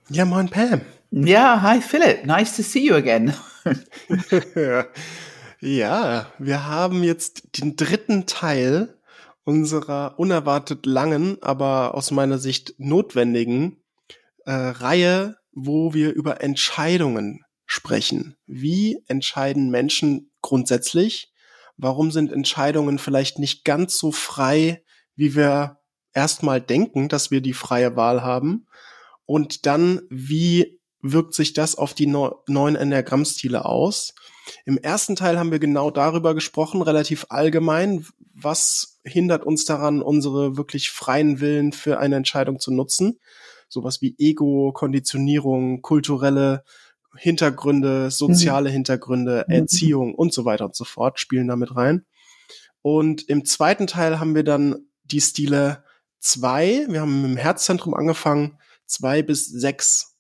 Ja, moin Pam. Yeah, hi Philip. Nice to see you again. Ja, wir haben jetzt den dritten Teil unserer unerwartet langen, aber aus meiner Sicht notwendigen Reihe, wo wir über Entscheidungen sprechen. Wie entscheiden Menschen grundsätzlich? Warum sind Entscheidungen vielleicht nicht ganz so frei, wie wir erstmal denken, dass wir die freie Wahl haben? Und dann, wie wirkt sich das auf die neuen Enneagrammstile aus? Im ersten Teil haben wir genau darüber gesprochen, relativ allgemein. Was hindert uns daran, unsere wirklich freien Willen für eine Entscheidung zu nutzen? Sowas wie Ego, Konditionierung, kulturelle Hintergründe, soziale Hintergründe, Erziehung und so weiter und so fort spielen damit rein. Und im zweiten Teil haben wir dann die Stile 2, wir haben im Herzzentrum angefangen, 2 bis 6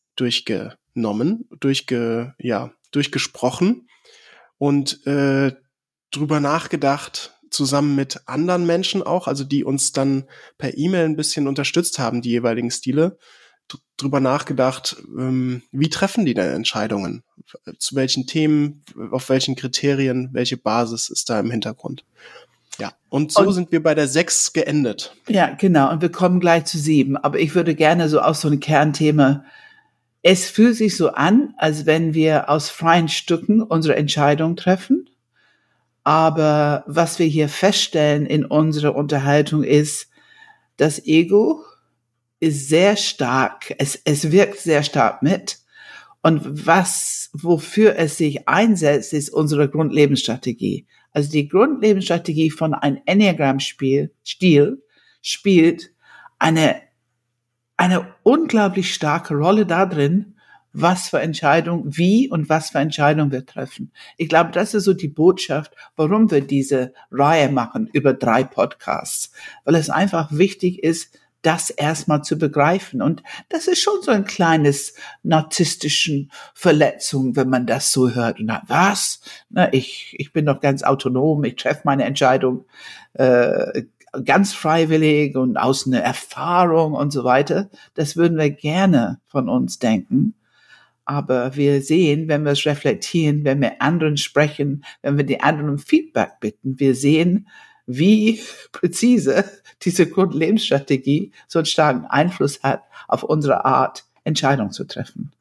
durchgesprochen und drüber nachgedacht, zusammen mit anderen Menschen auch, also die uns dann per E-Mail ein bisschen unterstützt haben, die jeweiligen Stile, drüber nachgedacht, wie treffen die denn Entscheidungen? Zu welchen Themen, auf welchen Kriterien, welche Basis ist da im Hintergrund? Ja, und so sind wir bei der 6 geendet. Ja, genau. Und wir kommen gleich zu 7. Aber ich würde gerne so aus so einem Kernthema. Es fühlt sich so an, als wenn wir aus freien Stücken unsere Entscheidung treffen. Aber was wir hier feststellen in unserer Unterhaltung ist, das Ego ist sehr stark. Es wirkt sehr stark mit. Und wofür es sich einsetzt, ist unsere Grundlebensstrategie. Also die Grundlebensstrategie von einem Enneagramm-Stil spielt eine unglaublich starke Rolle darin, was für Entscheidungen, wie und was für Entscheidungen wir treffen. Ich glaube, das ist so die Botschaft, warum wir diese Reihe machen über 3 Podcasts. Weil es einfach wichtig ist, das erstmal zu begreifen. Und das ist schon so ein kleines narzisstischen Verletzung, wenn man das so hört. Und dann, was? Na, ich bin doch ganz autonom, ich treffe meine Entscheidung ganz freiwillig und aus einer Erfahrung und so weiter. Das würden wir gerne von uns denken. Aber wir sehen, wenn wir es reflektieren, wenn wir anderen sprechen, wenn wir die anderen um Feedback bitten, wir sehen, wie präzise diese Grundlebensstrategie so einen starken Einfluss hat auf unsere Art, Entscheidungen zu treffen.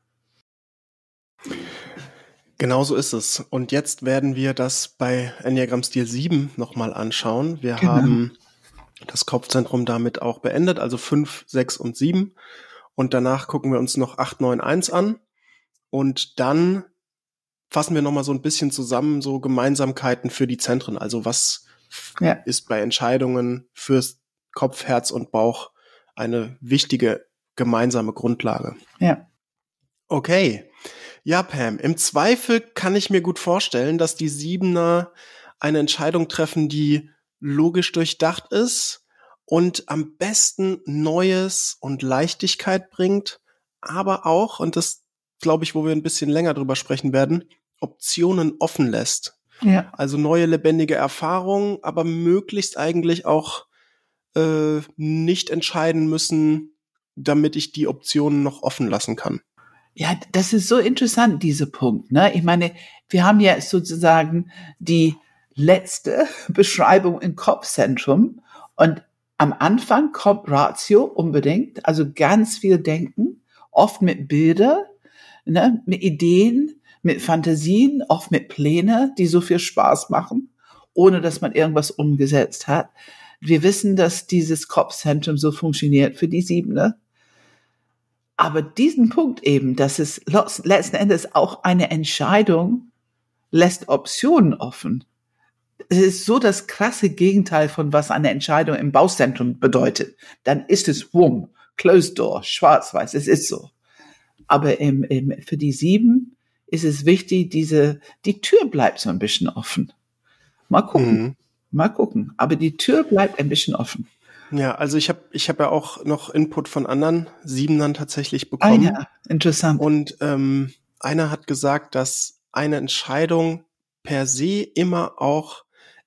Genau so ist es. Und jetzt werden wir das bei Enneagramm-Stil 7 nochmal anschauen. Wir haben das Kopfzentrum damit auch beendet, also 5, 6 und 7. Und danach gucken wir uns noch 8, 9, 1 an. Und dann fassen wir nochmal so ein bisschen zusammen, so Gemeinsamkeiten für die Zentren. Also was ist bei Entscheidungen fürs Kopf, Herz und Bauch eine wichtige gemeinsame Grundlage. Ja. Okay. Ja, Pam, im Zweifel kann ich mir gut vorstellen, dass die Siebener eine Entscheidung treffen, die logisch durchdacht ist und am besten Neues und Leichtigkeit bringt, aber auch, und das glaube ich, wo wir ein bisschen länger drüber sprechen werden, Optionen offen lässt. Ja. Also neue lebendige Erfahrungen, aber möglichst eigentlich auch nicht entscheiden müssen, damit ich die Optionen noch offen lassen kann. Ja, das ist so interessant, dieser Punkt, ne? Ich meine, wir haben ja sozusagen die letzte Beschreibung im Kopfzentrum und am Anfang kommt Ratio unbedingt, also ganz viel Denken, oft mit Bilder, ne? Mit Ideen, mit Fantasien, oft mit Plänen, die so viel Spaß machen, ohne dass man irgendwas umgesetzt hat. Wir wissen, dass dieses Kopfzentrum so funktioniert für die Siebene. Aber diesen Punkt eben, dass es letzten Endes auch eine Entscheidung lässt Optionen offen. Es ist so das krasse Gegenteil von was eine Entscheidung im Bauzentrum bedeutet. Dann ist es closed door, schwarz-weiß, es ist so. Aber für die 7 ist es wichtig, die Tür bleibt so ein bisschen offen. Mal gucken. Aber die Tür bleibt ein bisschen offen. Ja, also ich hab ja auch noch Input von anderen Siebenern tatsächlich bekommen. Ja, interessant. Und einer hat gesagt, dass eine Entscheidung per se immer auch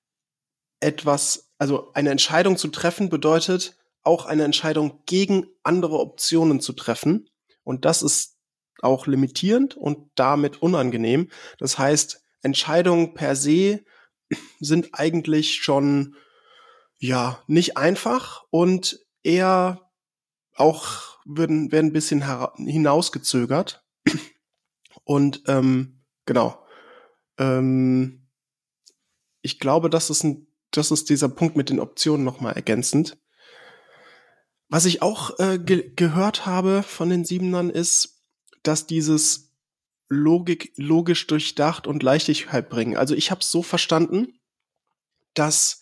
also eine Entscheidung zu treffen bedeutet, auch eine Entscheidung gegen andere Optionen zu treffen. Und das ist auch limitierend und damit unangenehm. Das heißt, Entscheidungen per se sind eigentlich schon ja nicht einfach und eher auch werden ein bisschen hinausgezögert. Und genau. Ich glaube, das ist dieser Punkt mit den Optionen nochmal ergänzend. Was ich auch gehört habe von den Siebenern ist, dass dieses logisch durchdacht und Leichtigkeit bringen. Also ich habe es so verstanden, dass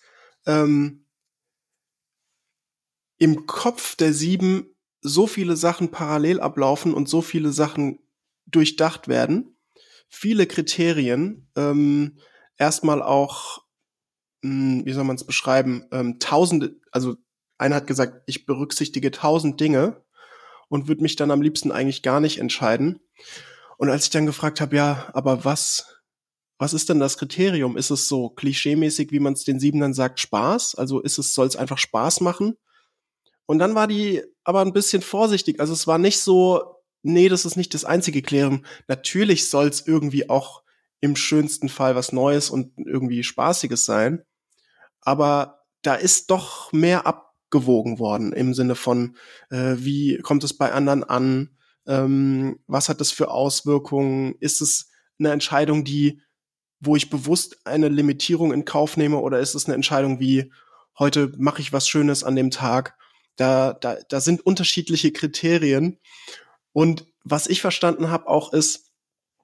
im Kopf der Sieben so viele Sachen parallel ablaufen und so viele Sachen durchdacht werden. Viele Kriterien, erstmal auch, wie soll man es beschreiben, tausende, also einer hat gesagt, ich berücksichtige 1000 Dinge und würde mich dann am liebsten eigentlich gar nicht entscheiden. Und als ich dann gefragt habe, ja, aber was ist denn das Kriterium? Ist es so klischeemäßig, wie man es den Siebenern sagt, Spaß? Also soll es einfach Spaß machen? Und dann war die aber ein bisschen vorsichtig. Also es war nicht so, nee, das ist nicht das einzige Kriterium. Natürlich soll es irgendwie auch im schönsten Fall was Neues und irgendwie Spaßiges sein. Aber da ist doch mehr abgewogen worden im Sinne von, wie kommt es bei anderen an? Was hat das für Auswirkungen? Ist es eine Entscheidung, wo ich bewusst eine Limitierung in Kauf nehme, oder ist es eine Entscheidung wie, heute mache ich was Schönes an dem Tag? Da sind unterschiedliche Kriterien. Und was ich verstanden habe auch ist,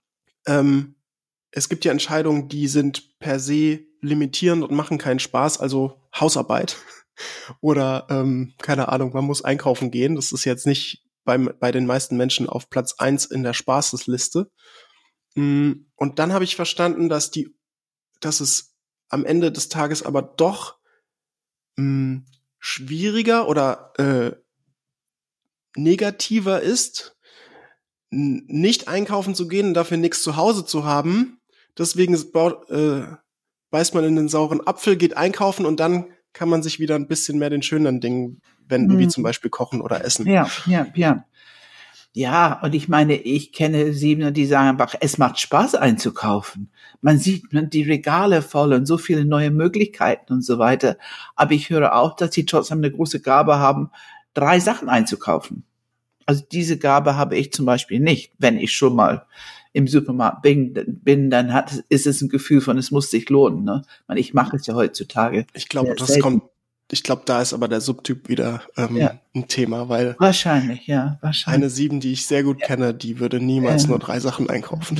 es gibt ja Entscheidungen, die sind per se limitierend und machen keinen Spaß, also Hausarbeit. Oder, keine Ahnung, man muss einkaufen gehen. Das ist jetzt nicht bei den meisten Menschen auf Platz 1 in der Spaßesliste. Und dann habe ich verstanden, dass es am Ende des Tages aber doch schwieriger oder negativer ist, nicht einkaufen zu gehen und dafür nichts zu Hause zu haben. Deswegen beißt man in den sauren Apfel, geht einkaufen und dann kann man sich wieder ein bisschen mehr den schönen Dingen wenden, wie zum Beispiel Kochen oder Essen. Ja. Ja, und ich meine, ich kenne Siebener, die sagen einfach, es macht Spaß einzukaufen. Man sieht die Regale voll und so viele neue Möglichkeiten und so weiter. Aber ich höre auch, dass sie trotzdem eine große Gabe haben, 3 Sachen einzukaufen. Also diese Gabe habe ich zum Beispiel nicht. Wenn ich schon mal im Supermarkt bin, dann ist es ein Gefühl von, es muss sich lohnen. Ne? Ich mache es ja heutzutage. Ich glaube, da ist aber der Subtyp wieder ein Thema, weil wahrscheinlich. Eine 7, die ich sehr gut kenne, die würde niemals nur 3 Sachen einkaufen.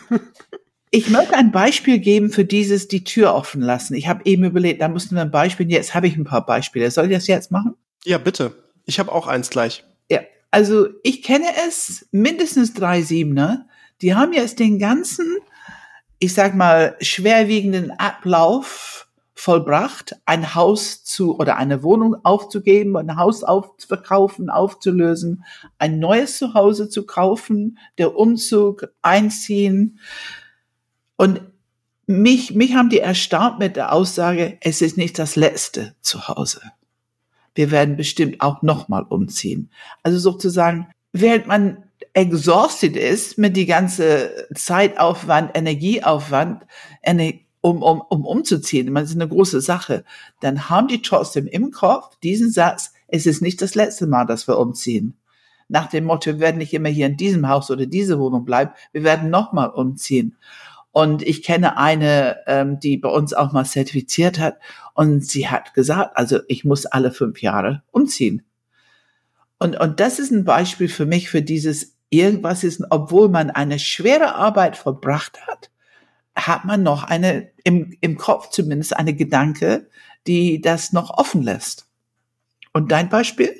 Ich möchte ein Beispiel geben für die Tür offen lassen. Ich habe eben überlegt, da mussten wir ein Beispiel, jetzt habe ich ein paar Beispiele. Soll ich das jetzt machen? Ja, bitte. Ich habe auch eins gleich. Ja, also ich kenne es, mindestens 3 Siebener, die haben jetzt den ganzen, ich sag mal, schwerwiegenden Ablauf vollbracht, ein Haus oder eine Wohnung aufzugeben, ein Haus aufzuverkaufen, aufzulösen, ein neues Zuhause zu kaufen, der Umzug, einziehen. Und mich haben die erstaunt mit der Aussage, es ist nicht das letzte Zuhause. Wir werden bestimmt auch nochmal umziehen. Also sozusagen, während man exhausted ist mit die ganze Zeitaufwand, Energieaufwand, um umzuziehen, das ist eine große Sache, dann haben die trotzdem im Kopf diesen Satz, es ist nicht das letzte Mal, dass wir umziehen. Nach dem Motto, wir werden nicht immer hier in diesem Haus oder diese Wohnung bleiben, wir werden nochmal umziehen. Und ich kenne eine, die bei uns auch mal zertifiziert hat, und sie hat gesagt, also ich muss alle 5 Jahre umziehen. Und das ist ein Beispiel für mich für dieses irgendwas ist, obwohl man eine schwere Arbeit vollbracht hat man noch im Kopf zumindest eine Gedanke, die das noch offen lässt. Und dein Beispiel?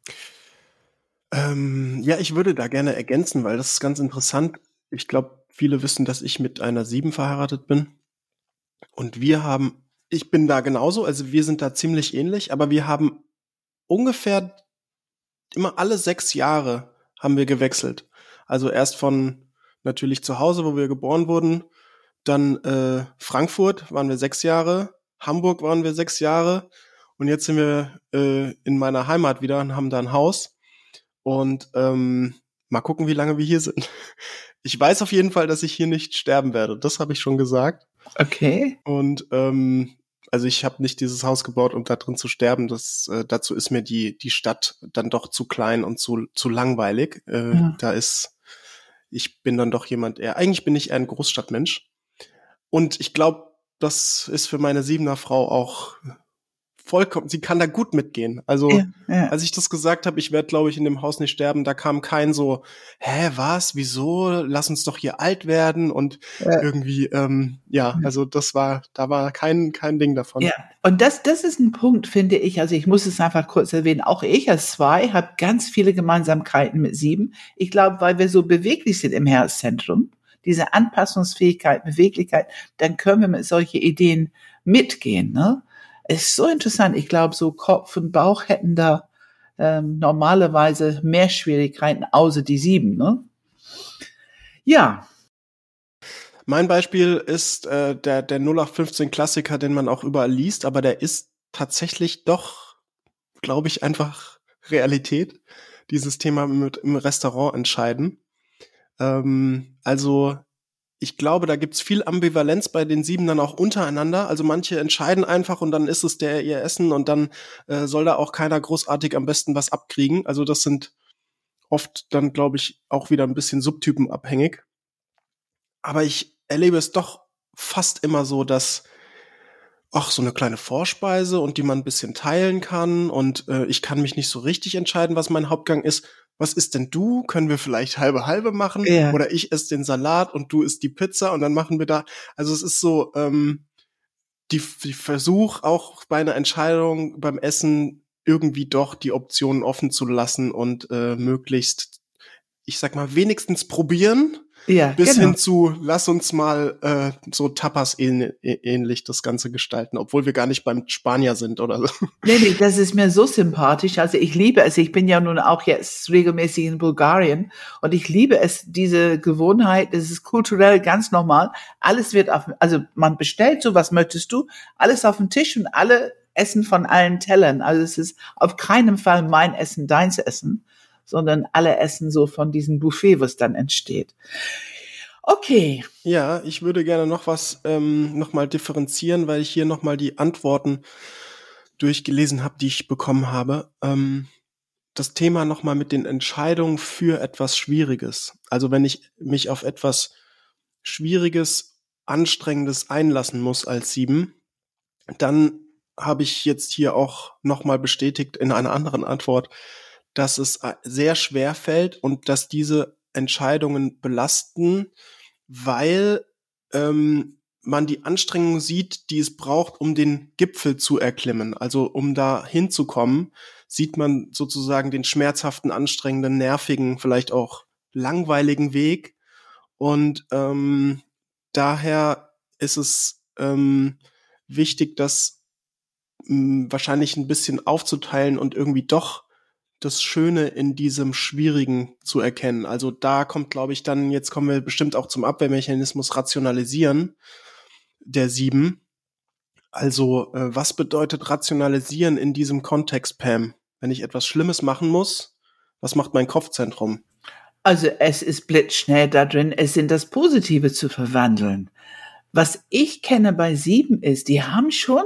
Ja, ich würde da gerne ergänzen, weil das ist ganz interessant. Ich glaube, viele wissen, dass ich mit einer 7 verheiratet bin. Und ich bin da genauso, also wir sind da ziemlich ähnlich, aber wir haben ungefähr immer alle 6 Jahre haben wir gewechselt. Also erst von natürlich zu Hause, wo wir geboren wurden, dann Frankfurt waren wir 6 Jahre, Hamburg waren wir 6 Jahre und jetzt sind wir in meiner Heimat wieder und haben da ein Haus. Und mal gucken, wie lange wir hier sind. Ich weiß auf jeden Fall, dass ich hier nicht sterben werde. Das habe ich schon gesagt. Okay. Und also ich habe nicht dieses Haus gebaut, um da drin zu sterben. Dazu ist mir die Stadt dann doch zu klein und zu langweilig. Ja. Ich bin dann doch eigentlich bin ich eher ein Großstadtmensch. Und ich glaube, das ist für meine Siebener Frau auch vollkommen, sie kann da gut mitgehen. Also, Ja. als ich das gesagt habe, ich werde, glaube ich, in dem Haus nicht sterben, da kam kein so, was, wieso, lass uns doch hier alt werden und irgendwie, also da war kein Ding davon. Ja, und das ist ein Punkt, finde ich. Also ich muss es einfach kurz erwähnen. Auch ich als 2 habe ganz viele Gemeinsamkeiten mit 7. Ich glaube, weil wir so beweglich sind im Herzzentrum, diese Anpassungsfähigkeit, Beweglichkeit, dann können wir mit solchen Ideen mitgehen. Ne? Es ist so interessant. Ich glaube, so Kopf und Bauch hätten da normalerweise mehr Schwierigkeiten, außer die 7. Ne? Ja. Mein Beispiel ist der 0815 Klassiker, den man auch überall liest, aber der ist tatsächlich doch, glaube ich, einfach Realität. Dieses Thema mit im Restaurant entscheiden. Also ich glaube, da gibt's viel Ambivalenz bei den Siebenern auch untereinander. Also manche entscheiden einfach und dann ist es ihr Essen und dann soll da auch keiner großartig am besten was abkriegen. Also das sind oft dann, glaube ich, auch wieder ein bisschen subtypenabhängig. Aber ich erlebe es doch fast immer so, dass so eine kleine Vorspeise und die man ein bisschen teilen kann und ich kann mich nicht so richtig entscheiden, was mein Hauptgang ist. Was isst denn du? Können wir vielleicht halbe machen? Ja. Oder ich esse den Salat und du isst die Pizza und dann machen wir da. Also es ist so die Versuch auch bei einer Entscheidung beim Essen irgendwie doch die Optionen offen zu lassen und möglichst, ich sag mal, wenigstens probieren. Ja, Bis genau. hin zu, lass uns mal so Tapas ähnlich das Ganze gestalten, obwohl wir gar nicht beim Spanier sind oder so. Nee, das ist mir so sympathisch. Also ich liebe es. Ich bin ja nun auch jetzt regelmäßig in Bulgarien und ich liebe es, diese Gewohnheit. Das ist kulturell ganz normal. Alles wird also man bestellt so, was möchtest du? Alles auf den Tisch und alle essen von allen Tellern. Also es ist auf keinen Fall mein Essen, deins Essen, sondern alle essen so von diesem Buffet, was dann entsteht. Okay. Ja, ich würde gerne noch was noch mal differenzieren, weil ich hier noch mal die Antworten durchgelesen habe, die ich bekommen habe. Das Thema noch mal mit den Entscheidungen für etwas Schwieriges. Also wenn ich mich auf etwas Schwieriges, Anstrengendes einlassen muss als 7, dann habe ich jetzt hier auch noch mal bestätigt in einer anderen Antwort, dass es sehr schwer fällt und dass diese Entscheidungen belasten, weil man die Anstrengung sieht, die es braucht, um den Gipfel zu erklimmen. Also um da hinzukommen, sieht man sozusagen den schmerzhaften, anstrengenden, nervigen, vielleicht auch langweiligen Weg. Und daher ist es wichtig, das wahrscheinlich ein bisschen aufzuteilen und irgendwie doch das Schöne in diesem Schwierigen zu erkennen. Also da kommt, glaube ich, dann, jetzt kommen wir bestimmt auch zum Abwehrmechanismus Rationalisieren der 7. Also was bedeutet Rationalisieren in diesem Kontext, Pam? Wenn ich etwas Schlimmes machen muss, was macht mein Kopfzentrum? Also es ist blitzschnell da drin, es in das Positive zu verwandeln. Was ich kenne bei 7 ist, die haben schon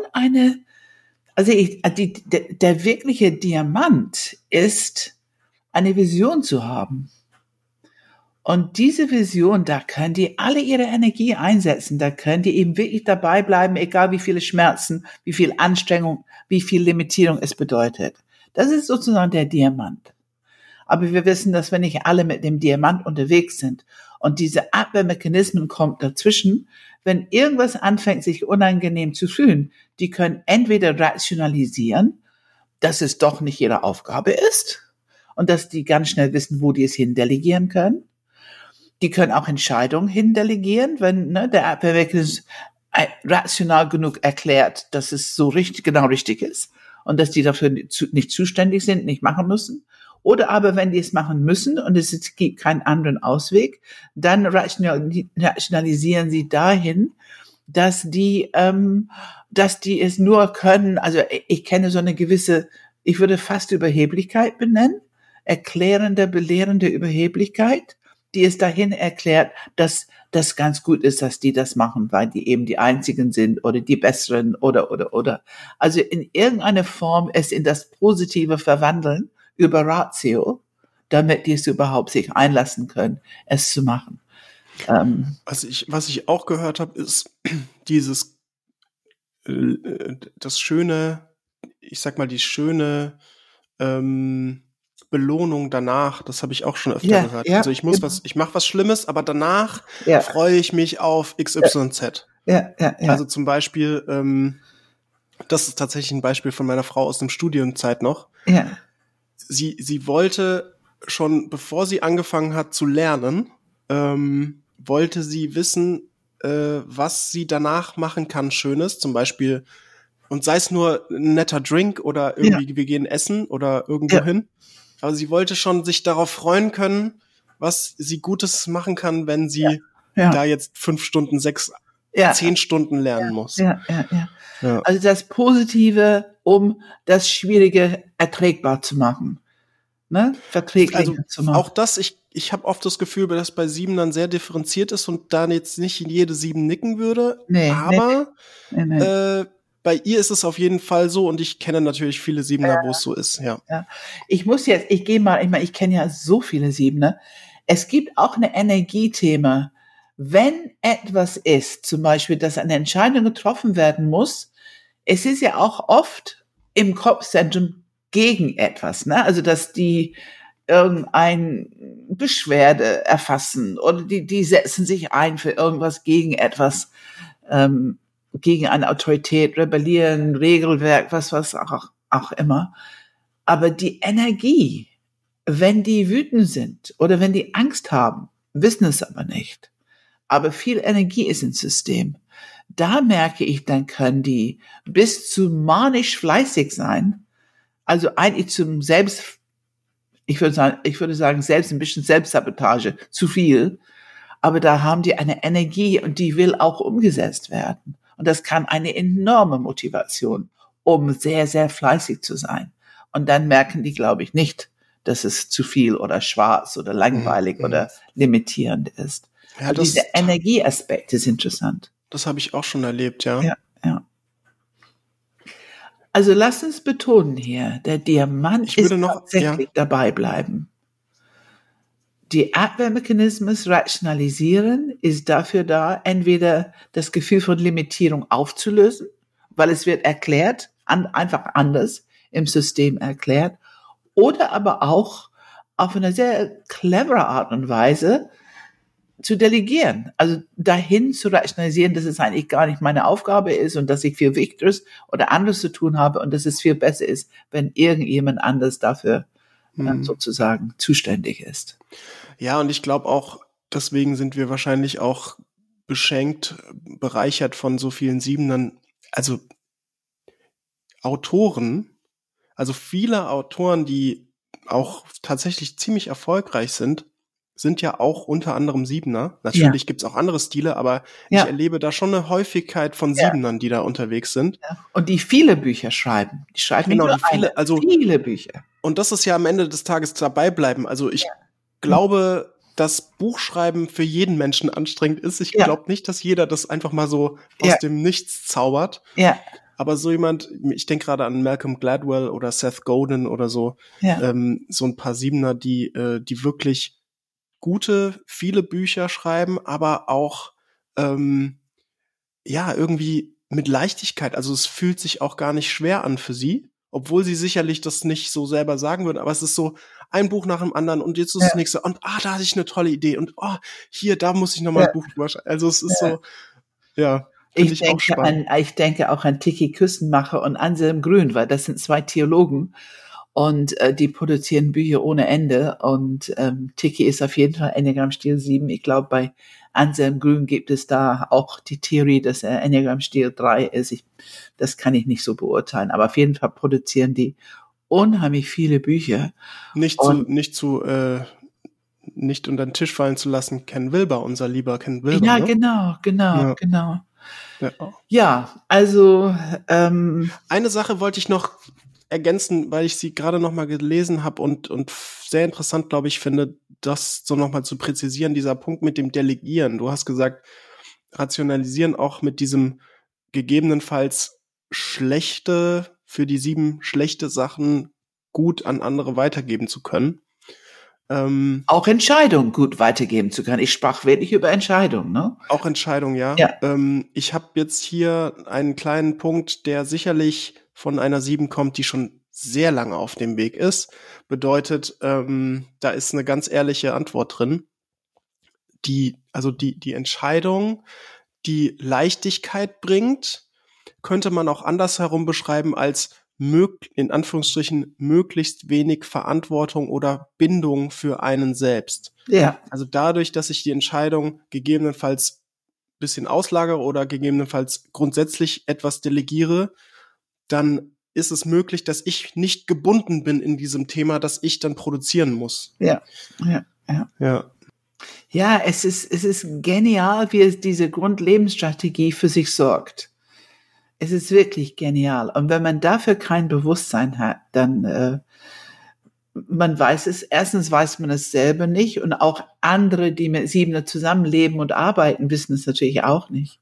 der wirkliche Diamant ist, eine Vision zu haben. Und diese Vision, da können die alle ihre Energie einsetzen, da können die eben wirklich dabei bleiben, egal wie viele Schmerzen, wie viel Anstrengung, wie viel Limitierung es bedeutet. Das ist sozusagen der Diamant. Aber wir wissen, dass wir nicht alle mit dem Diamant unterwegs sind. Und diese Abwehrmechanismen kommen dazwischen, wenn irgendwas anfängt, sich unangenehm zu fühlen. Die können entweder rationalisieren, dass es doch nicht ihre Aufgabe ist und dass die ganz schnell wissen, wo die es hindelegieren können. Die können auch Entscheidungen hindelegieren, wenn der Abwehrmechanismus rational genug erklärt, dass es so genau richtig ist und dass die dafür nicht zuständig sind, nicht machen müssen. Oder aber, wenn die es machen müssen und es gibt keinen anderen Ausweg, dann rationalisieren sie dahin, dass die es nur können. Also ich kenne so eine gewisse, ich würde fast Überheblichkeit benennen. erklärende, belehrende Überheblichkeit, die es dahin erklärt, dass das ganz gut ist, dass die das machen, weil die eben die Einzigen sind oder die Besseren oder. Also in irgendeiner Form es in das Positive verwandeln über Ratio, damit die es überhaupt sich einlassen können, es zu machen. Was ich auch gehört habe, ist dieses das schöne, ich sag mal, die schöne Belohnung danach, das habe ich auch schon öfter gehört. Ja, also ich mache was Schlimmes, aber danach ja, freue ich mich auf XYZ. ja. Also zum Beispiel, das ist tatsächlich ein Beispiel von meiner Frau aus dem Studienzeit noch. Ja. Sie wollte schon, bevor sie angefangen hat zu lernen, wollte sie wissen, was sie danach machen kann, Schönes, zum Beispiel, und sei es nur ein netter Drink oder irgendwie wir gehen essen oder irgendwo hin. Aber sie wollte schon sich darauf freuen können, was sie Gutes machen kann, wenn sie da jetzt 5 Stunden, 6, 10 Stunden lernen muss. Ja. Also das Positive, um das Schwierige erträgbar zu machen. Ne? Verträglicher zu machen. Auch das, ich habe oft das Gefühl, dass bei Siebenern sehr differenziert ist und da jetzt nicht jede 7 nicken würde. Aber bei ihr ist es auf jeden Fall so und ich kenne natürlich viele Siebener, wo es so ist. Ja. Ich kenne ja so viele Siebener. Es gibt auch eine Energiethema. Wenn etwas ist, zum Beispiel, dass eine Entscheidung getroffen werden muss, es ist ja auch oft im Kopfzentrum gegen etwas, ne? Also, dass die irgendeine Beschwerde erfassen oder die setzen sich ein für irgendwas gegen etwas, gegen eine Autorität, rebellieren, Regelwerk, was auch immer. Aber die Energie, wenn die wütend sind oder wenn die Angst haben, wissen es aber nicht. Aber viel Energie ist im System. Da merke ich, dann können die bis zu manisch fleißig sein. Also eigentlich zum ich würde sagen, selbst ein bisschen Selbstsabotage, zu viel. Aber da haben die eine Energie und die will auch umgesetzt werden. Und das kann eine enorme Motivation, um sehr, sehr fleißig zu sein. Und dann merken die, glaube ich, nicht, dass es zu viel oder schwarz oder langweilig oder limitierend ist. Ja, also diese Energieaspekt ist interessant. Das habe ich auch schon erlebt, ja. Ja. Also lass uns betonen hier, der Diamant ist tatsächlich dabei bleiben. Die Abwehrmechanismus rationalisieren ist dafür da, entweder das Gefühl von Limitierung aufzulösen, weil es wird erklärt, einfach anders im System erklärt, oder aber auch auf eine sehr clevere Art und Weise zu delegieren, also dahin zu rationalisieren, dass es eigentlich gar nicht meine Aufgabe ist und dass ich viel Wichtigeres oder anderes zu tun habe und dass es viel besser ist, wenn irgendjemand anders dafür sozusagen zuständig ist. Ja, und ich glaube auch, deswegen sind wir wahrscheinlich auch beschenkt, bereichert von so vielen Siebenern, also Autoren, also viele Autoren, die auch tatsächlich ziemlich erfolgreich sind ja auch unter anderem Siebener. Natürlich gibt's auch andere Stile, aber ich erlebe da schon eine Häufigkeit von Siebenern, die da unterwegs sind. Ja. Und die viele Bücher schreiben. Die schreiben nicht nur viele Bücher. Und das ist ja am Ende des Tages dabei bleiben. Also ich glaube, dass Buchschreiben für jeden Menschen anstrengend ist. Ich glaube nicht, dass jeder das einfach mal so aus dem Nichts zaubert. Ja. Aber so jemand, ich denke gerade an Malcolm Gladwell oder Seth Godin oder so, so ein paar Siebener, die wirklich gute, viele Bücher schreiben, aber auch irgendwie mit Leichtigkeit. Also es fühlt sich auch gar nicht schwer an für sie, obwohl sie sicherlich das nicht so selber sagen würden, aber es ist so ein Buch nach dem anderen und jetzt ist das nächste und da hatte ich eine tolle Idee und hier, da muss ich nochmal ein Buch drüber schreiben. Also es ist so, ich denke auch an Tiki Küstenmacher und Anselm Grün, weil das sind 2 Theologen und die produzieren Bücher ohne Ende und Tiki ist auf jeden Fall Enneagramm-Stil 7. Ich glaube, bei Anselm Grün gibt es da auch die Theorie, dass er Enneagramm-Stil 3 ist. Das kann ich nicht so beurteilen, aber auf jeden Fall produzieren die unheimlich viele Bücher. Nicht unter den Tisch fallen zu lassen, Ken Wilber, unser lieber Ken Wilber. Ja, ne? Genau. Ja, also eine Sache wollte ich noch ergänzen, weil ich sie gerade noch mal gelesen habe und sehr interessant, glaube ich, finde, das so noch mal zu präzisieren, dieser Punkt mit dem Delegieren. Du hast gesagt, rationalisieren auch mit diesem gegebenenfalls für die 7 schlechte Sachen gut an andere weitergeben zu können. Auch Entscheidungen gut weitergeben zu können. Ich sprach wirklich über Entscheidungen, ne? Auch Entscheidungen, ja. Ich habe jetzt hier einen kleinen Punkt, der sicherlich von einer 7 kommt, die schon sehr lange auf dem Weg ist. Bedeutet, da ist eine ganz ehrliche Antwort drin. Die Entscheidung, die Leichtigkeit bringt, könnte man auch andersherum beschreiben als in Anführungsstrichen möglichst wenig Verantwortung oder Bindung für einen selbst. Ja. Also dadurch, dass ich die Entscheidung gegebenenfalls ein bisschen auslagere oder gegebenenfalls grundsätzlich etwas delegiere, dann ist es möglich, dass ich nicht gebunden bin in diesem Thema, das ich dann produzieren muss. Ja. Ja, es ist genial, wie es diese Grundlebensstrategie für sich sorgt. Es ist wirklich genial. Und wenn man dafür kein Bewusstsein hat, dann man weiß es. Erstens weiß man es selber nicht und auch andere, die mit 7er zusammenleben und arbeiten, wissen es natürlich auch nicht.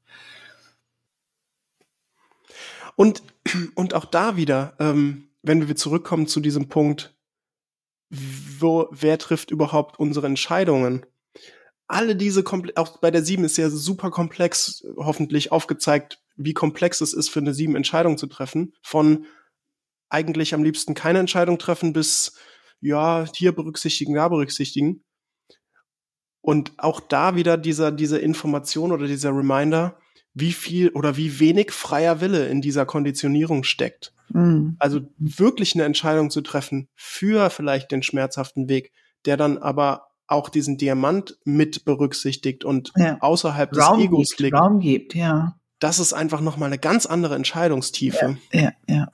Und auch da wieder, wenn wir zurückkommen zu diesem Punkt, wer trifft überhaupt unsere Entscheidungen? Alle diese, auch bei der 7 ist ja super komplex, hoffentlich aufgezeigt, wie komplex es ist, für eine 7 Entscheidungen zu treffen. Von eigentlich am liebsten keine Entscheidung treffen bis, ja, hier berücksichtigen, da berücksichtigen. Und auch da wieder diese Information oder dieser Reminder, wie viel oder wie wenig freier Wille in dieser Konditionierung steckt. Mhm. Also wirklich eine Entscheidung zu treffen für vielleicht den schmerzhaften Weg, der dann aber auch diesen Diamant mit berücksichtigt und außerhalb des Egos liegt. Raum gibt, ja. Das ist einfach nochmal eine ganz andere Entscheidungstiefe. Ja.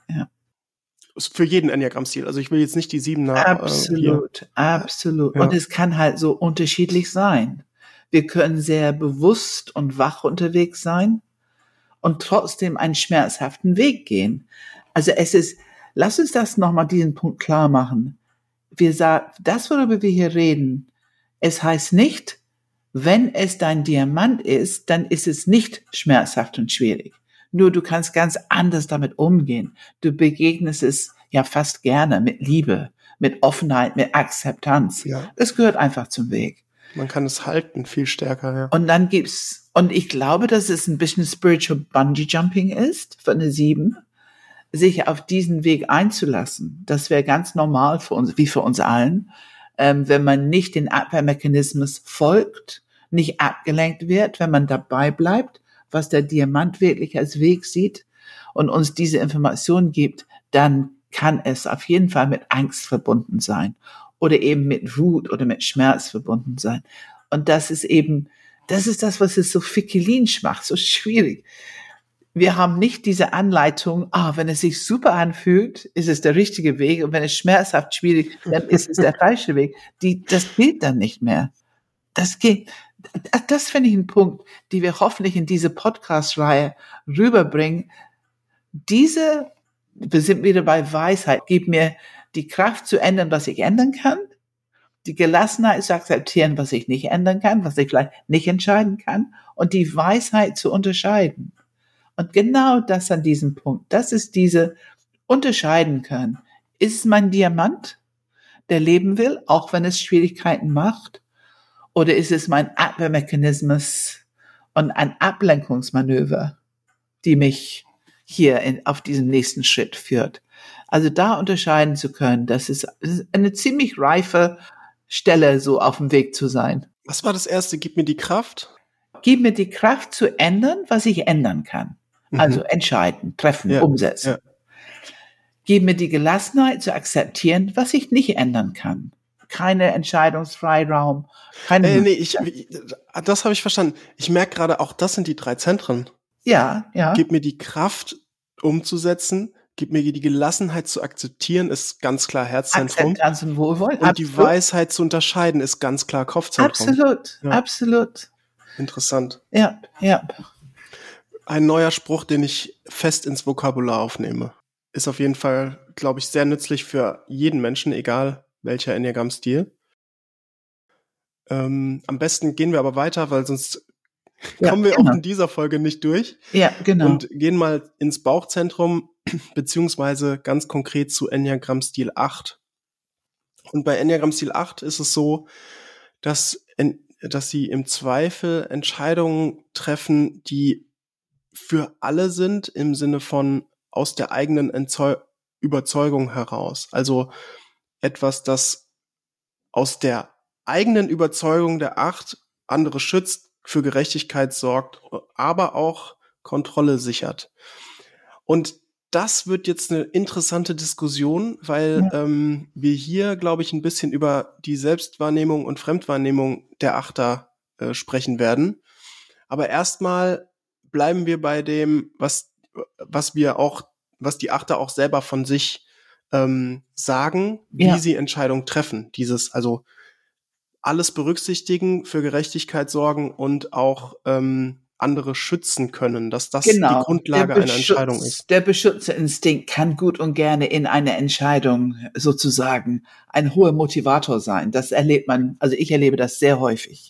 Für jeden Enneagramm-Stil. Also ich will jetzt nicht die 7er. Absolut. Ja. Und es kann halt so unterschiedlich sein. Wir können sehr bewusst und wach unterwegs sein und trotzdem einen schmerzhaften Weg gehen. Also lass uns das nochmal diesen Punkt klar machen. Wir sagen, das, worüber wir hier reden, es heißt nicht, wenn es dein Diamant ist, dann ist es nicht schmerzhaft und schwierig. Nur du kannst ganz anders damit umgehen. Du begegnest es ja fast gerne mit Liebe, mit Offenheit, mit Akzeptanz. Ja. Das gehört einfach zum Weg. Man kann es halten, viel stärker, ja. Und dann und ich glaube, dass es ein bisschen Spiritual Bungee Jumping ist für eine 7, sich auf diesen Weg einzulassen. Das wäre ganz normal für uns, wie für uns allen, wenn man nicht den Abwehrmechanismus folgt, nicht abgelenkt wird, wenn man dabei bleibt, was der Diamant wirklich als Weg sieht und uns diese Information gibt, dann kann es auf jeden Fall mit Angst verbunden sein oder eben mit Wut oder mit Schmerz verbunden sein. Und das ist das, was es so fikkelinisch macht, so schwierig. Wir haben nicht diese Anleitung, wenn es sich super anfühlt, ist es der richtige Weg und wenn es schmerzhaft schwierig, dann ist es der falsche Weg. Das geht dann nicht mehr. Das finde ich ein Punkt, die wir hoffentlich in diese Podcast-Reihe rüberbringen. Wir sind wieder bei Weisheit. Gib mir die Kraft zu ändern, was ich ändern kann. Die Gelassenheit zu akzeptieren, was ich nicht ändern kann, was ich vielleicht nicht entscheiden kann. Und die Weisheit zu unterscheiden. Und genau das an diesem Punkt. Das ist diese unterscheiden können. Ist es mein Diamant, der leben will, auch wenn es Schwierigkeiten macht? Oder ist es mein Abwehrmechanismus und ein Ablenkungsmanöver, die mich hier auf diesen nächsten Schritt führt? Also da unterscheiden zu können, das ist eine ziemlich reife Stelle, so auf dem Weg zu sein. Was war das erste? Gib mir die Kraft? Gib mir die Kraft zu ändern, was ich ändern kann. Also entscheiden, treffen, umsetzen. Ja. Gib mir die Gelassenheit zu akzeptieren, was ich nicht ändern kann. Keine Entscheidungsfreiraum. Das habe ich verstanden. Ich merke gerade, auch das sind die 3 Zentren. Ja. Gib mir die Kraft umzusetzen, gib mir die Gelassenheit zu akzeptieren, ist ganz klar Herzzentrum. Akzeptanz und Wohlwollen. Und die Weisheit zu unterscheiden, ist ganz klar Kopfzentrum. Absolut. Interessant. Ja. Ein neuer Spruch, den ich fest ins Vokabular aufnehme. ist auf jeden Fall, glaube ich, sehr nützlich für jeden Menschen, egal welcher Enneagramm-Stil. Am besten gehen wir aber weiter, weil sonst kommen wir auch in dieser Folge nicht durch. Ja, genau. Und gehen mal ins Bauchzentrum, beziehungsweise ganz konkret zu Enneagramm-Stil 8. Und bei Enneagramm-Stil 8 ist es so, dass sie im Zweifel Entscheidungen treffen, die für alle sind, im Sinne von aus der eigenen Überzeugung heraus. Also etwas, das aus der eigenen Überzeugung der 8 andere schützt, für Gerechtigkeit sorgt, aber auch Kontrolle sichert. Und das wird jetzt eine interessante Diskussion, weil wir hier, glaube ich, ein bisschen über die Selbstwahrnehmung und Fremdwahrnehmung der Achter sprechen werden. Aber erstmal bleiben wir bei dem, was die Achter auch selber von sich sagen, wie sie Entscheidungen treffen. Also alles berücksichtigen, für Gerechtigkeit sorgen und auch andere schützen können, dass das die Grundlage einer Entscheidung ist. Der Beschützerinstinkt kann gut und gerne in einer Entscheidung sozusagen ein hoher Motivator sein. Das erlebt man, also ich erlebe das sehr häufig.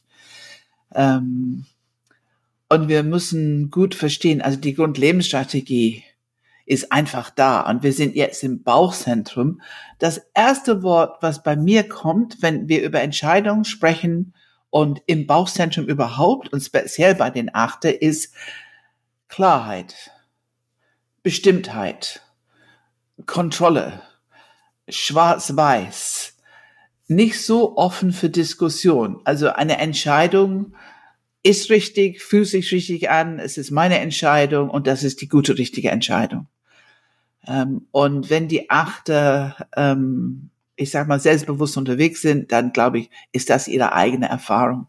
Und wir müssen gut verstehen, also die Grundlebensstrategie ist einfach da und wir sind jetzt im Bauchzentrum. Das erste Wort, was bei mir kommt, wenn wir über Entscheidungen sprechen und im Bauchzentrum überhaupt und speziell bei den Achter, ist Klarheit, Bestimmtheit, Kontrolle, schwarz-weiß, nicht so offen für Diskussion. Also eine Entscheidung ist richtig, fühlt sich richtig an, es ist meine Entscheidung und das ist die gute, richtige Entscheidung. Und wenn die Achter, ich sag mal, selbstbewusst unterwegs sind, dann glaube ich, ist das ihre eigene Erfahrung.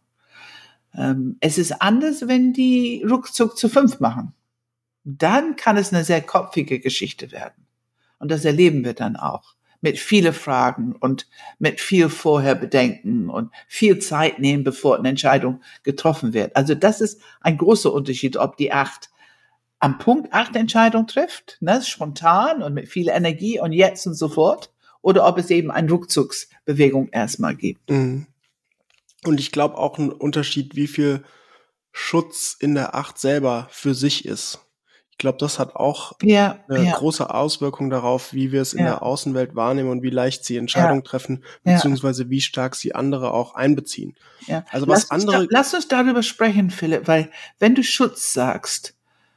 Es ist anders, wenn die ruckzuck zu 5 machen. Dann kann es eine sehr kopfige Geschichte werden. Und das erleben wir dann auch. Mit viele Fragen und mit viel vorher bedenken und viel Zeit nehmen, bevor eine Entscheidung getroffen wird. Also das ist ein großer Unterschied, ob die 8 am Punkt 8 Entscheidung trifft, ne, spontan und mit viel Energie und jetzt und sofort, oder ob es eben eine Ruckzucksbewegung erstmal gibt. Mhm. Und ich glaube auch ein Unterschied, wie viel Schutz in der 8 selber für sich ist. Ich glaube, das hat auch eine große Auswirkung darauf, wie wir es in der Außenwelt wahrnehmen und wie leicht sie Entscheidungen treffen, beziehungsweise wie stark sie andere auch einbeziehen. Ja. Also lass uns darüber sprechen, Philipp, weil wenn du Schutz sagst,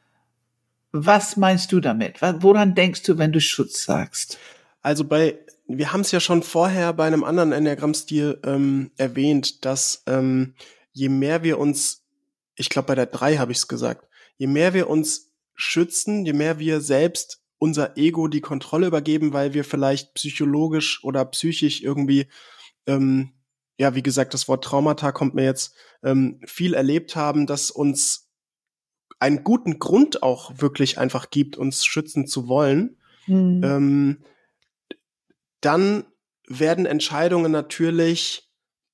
was meinst du damit? Woran denkst du, wenn du Schutz sagst? Also wir haben es ja schon vorher bei einem anderen Enneagramm-Stil erwähnt, dass je mehr wir uns, ich glaube bei der 3 habe ich es gesagt, je mehr wir uns schützen, je mehr wir selbst unser Ego die Kontrolle übergeben, weil wir vielleicht psychologisch oder psychisch irgendwie, wie gesagt, das Wort Traumata kommt mir jetzt, viel erlebt haben, dass uns einen guten Grund auch wirklich einfach gibt, uns schützen zu wollen. Dann werden Entscheidungen natürlich,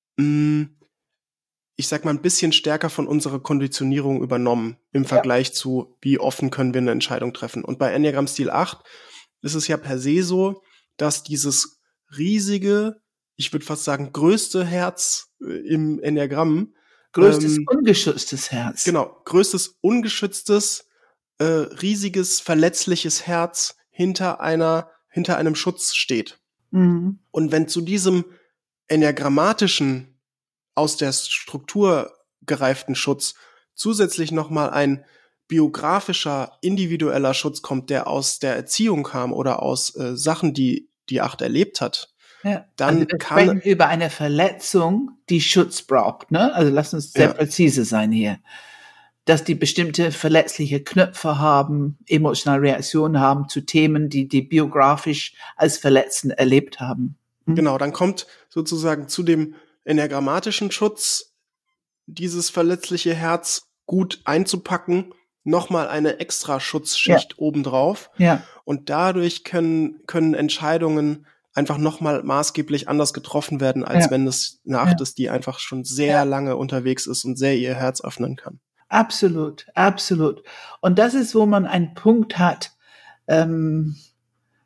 ich sag mal, ein bisschen stärker von unserer Konditionierung übernommen im Vergleich zu, wie offen können wir eine Entscheidung treffen. Und bei Enneagramm Stil 8 ist es ja per se so, dass dieses riesige, ich würde fast sagen, größte Herz im Enneagramm, größtes ungeschütztes Herz. Genau, größtes ungeschütztes, riesiges, verletzliches Herz hinter einem Schutz steht. Mhm. Und wenn zu diesem enneagrammatischen, aus der Struktur gereiften Schutz zusätzlich nochmal ein biografischer, individueller Schutz kommt, der aus der Erziehung kam oder aus Sachen, die 8 erlebt hat, dann also wir sprechen über eine Verletzung, die Schutz braucht, ne? Also lass uns sehr präzise sein hier. Dass die bestimmte verletzliche Knöpfe haben, emotionale Reaktionen haben zu Themen, die biografisch als verletzend erlebt haben. Genau, dann kommt sozusagen zu dem enneagrammatischen Schutz dieses verletzliche Herz gut einzupacken, nochmal eine extra Schutzschicht obendrauf. Ja. Und dadurch können Entscheidungen einfach nochmal maßgeblich anders getroffen werden, als wenn es eine 8 ist, die einfach schon sehr lange unterwegs ist und sehr ihr Herz öffnen kann. Absolut, absolut. Und das ist, wo man einen Punkt hat,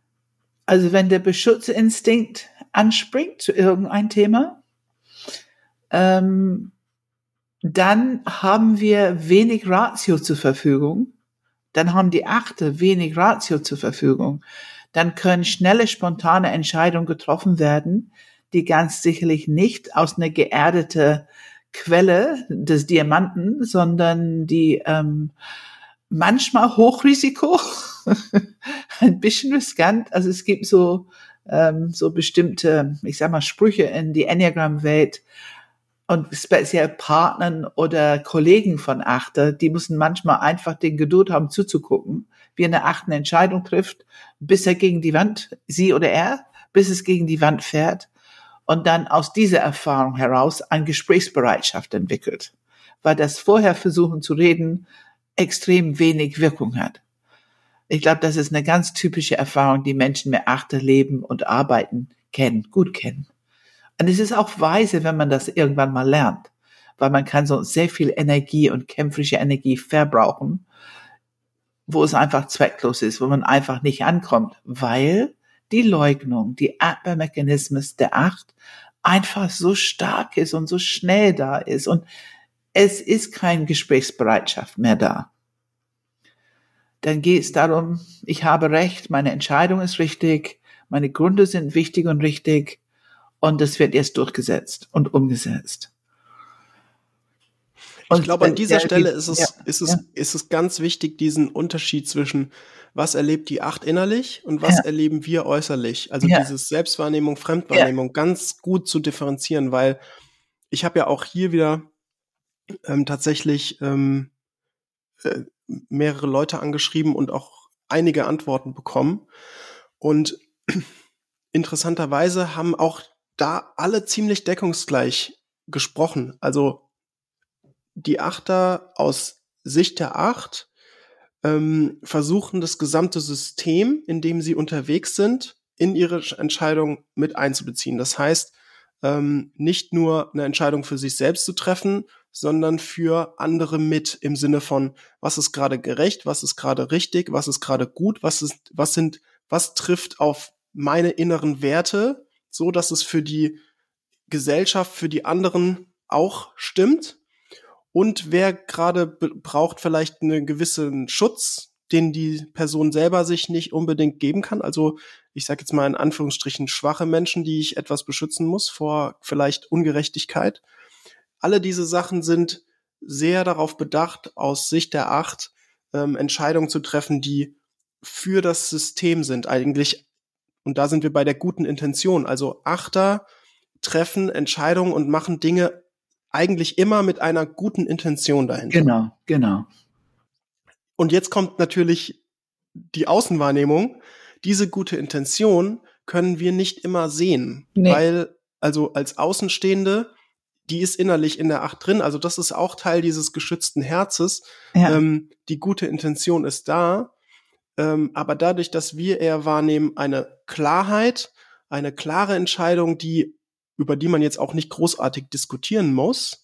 Also wenn der Beschützerinstinkt anspringt zu irgendein Thema, dann haben wir wenig Ratio zur Verfügung. Dann haben die Achte wenig Ratio zur Verfügung. Dann können schnelle, spontane Entscheidungen getroffen werden, die ganz sicherlich nicht aus einer geerdeten Quelle des Diamanten, sondern die manchmal Hochrisiko, ein bisschen riskant. Also es gibt so bestimmte, ich sag mal, Sprüche in die Enneagram-Welt und speziell Partnern oder Kollegen von Achter, die müssen manchmal einfach den Geduld haben zuzugucken, wie eine Acht eine Entscheidung trifft, bis er gegen die Wand, sie oder er, bis es gegen die Wand fährt und dann aus dieser Erfahrung heraus eine Gesprächsbereitschaft entwickelt, weil das vorher versuchen zu reden extrem wenig Wirkung hat. Ich glaube, das ist eine ganz typische Erfahrung, die Menschen mit Achter leben und arbeiten gut kennen. Und es ist auch weise, wenn man das irgendwann mal lernt, weil man kann sonst sehr viel Energie und kämpferische Energie verbrauchen, wo es einfach zwecklos ist, wo man einfach nicht ankommt, weil die Leugnung, die Abwehrmechanismus der Acht einfach so stark ist und so schnell da ist und es ist keine Gesprächsbereitschaft mehr da. Dann geht es darum, ich habe Recht, meine Entscheidung ist richtig, meine Gründe sind wichtig und richtig und das wird jetzt durchgesetzt und umgesetzt. Ich glaube, an dieser Stelle ist es ganz wichtig, diesen Unterschied zwischen was erlebt die Acht innerlich und was erleben wir äußerlich. Also dieses Selbstwahrnehmung, Fremdwahrnehmung ganz gut zu differenzieren, weil ich habe ja auch hier wieder tatsächlich mehrere Leute angeschrieben und auch einige Antworten bekommen. Und interessanterweise haben auch da alle ziemlich deckungsgleich gesprochen. Also die Achter aus Sicht der Acht versuchen das gesamte System, in dem sie unterwegs sind, in ihre Entscheidung mit einzubeziehen. Das heißt, nicht nur eine Entscheidung für sich selbst zu treffen, sondern für andere mit im Sinne von, was ist gerade gerecht, was ist gerade richtig, was ist gerade gut, was trifft auf meine inneren Werte, so dass es für die Gesellschaft, für die anderen auch stimmt. Und wer gerade braucht vielleicht einen gewissen Schutz, den die Person selber sich nicht unbedingt geben kann. Also ich sage jetzt mal in Anführungsstrichen schwache Menschen, die ich etwas beschützen muss vor vielleicht Ungerechtigkeit. Alle diese Sachen sind sehr darauf bedacht, aus Sicht der Acht Entscheidungen zu treffen, die für das System sind eigentlich. Und da sind wir bei der guten Intention. Also Achter treffen Entscheidungen und machen Dinge eigentlich immer mit einer guten Intention dahinter. Genau. Und jetzt kommt natürlich die Außenwahrnehmung. Diese gute Intention können wir nicht immer sehen, weil also als Außenstehende, die ist innerlich in der Acht drin, also das ist auch Teil dieses geschützten Herzes. Ja. Die gute Intention ist da, aber dadurch, dass wir eher wahrnehmen, eine Klarheit, eine klare Entscheidung, über die man jetzt auch nicht großartig diskutieren muss,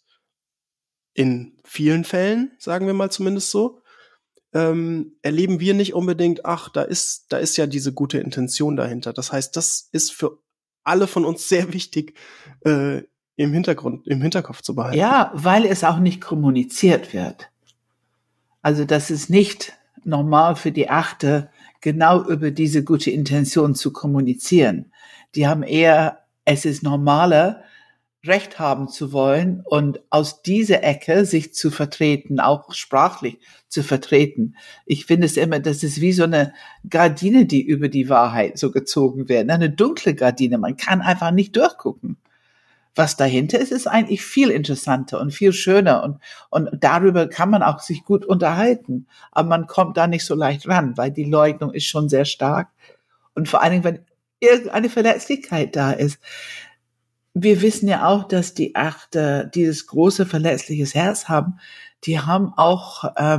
in vielen Fällen, sagen wir mal zumindest so, erleben wir nicht unbedingt, da ist ja diese gute Intention dahinter. Das heißt, das ist für alle von uns sehr wichtig, im Hinterkopf zu behalten. Ja, weil es auch nicht kommuniziert wird. Also das ist nicht normal für die Achte, genau über diese gute Intention zu kommunizieren. Die haben eher, es ist normaler, Recht haben zu wollen und aus dieser Ecke sich zu vertreten, auch sprachlich zu vertreten. Ich finde es immer, das ist wie so eine Gardine, die über die Wahrheit so gezogen wird. Eine dunkle Gardine, man kann einfach nicht durchgucken. Was dahinter ist, ist eigentlich viel interessanter und viel schöner und darüber kann man auch sich gut unterhalten. Aber man kommt da nicht so leicht ran, weil die Leugnung ist schon sehr stark und vor allen Dingen, wenn irgendeine Verletzlichkeit da ist. Wir wissen ja auch, dass die Achter dieses große verletzliches Herz haben. Die haben auch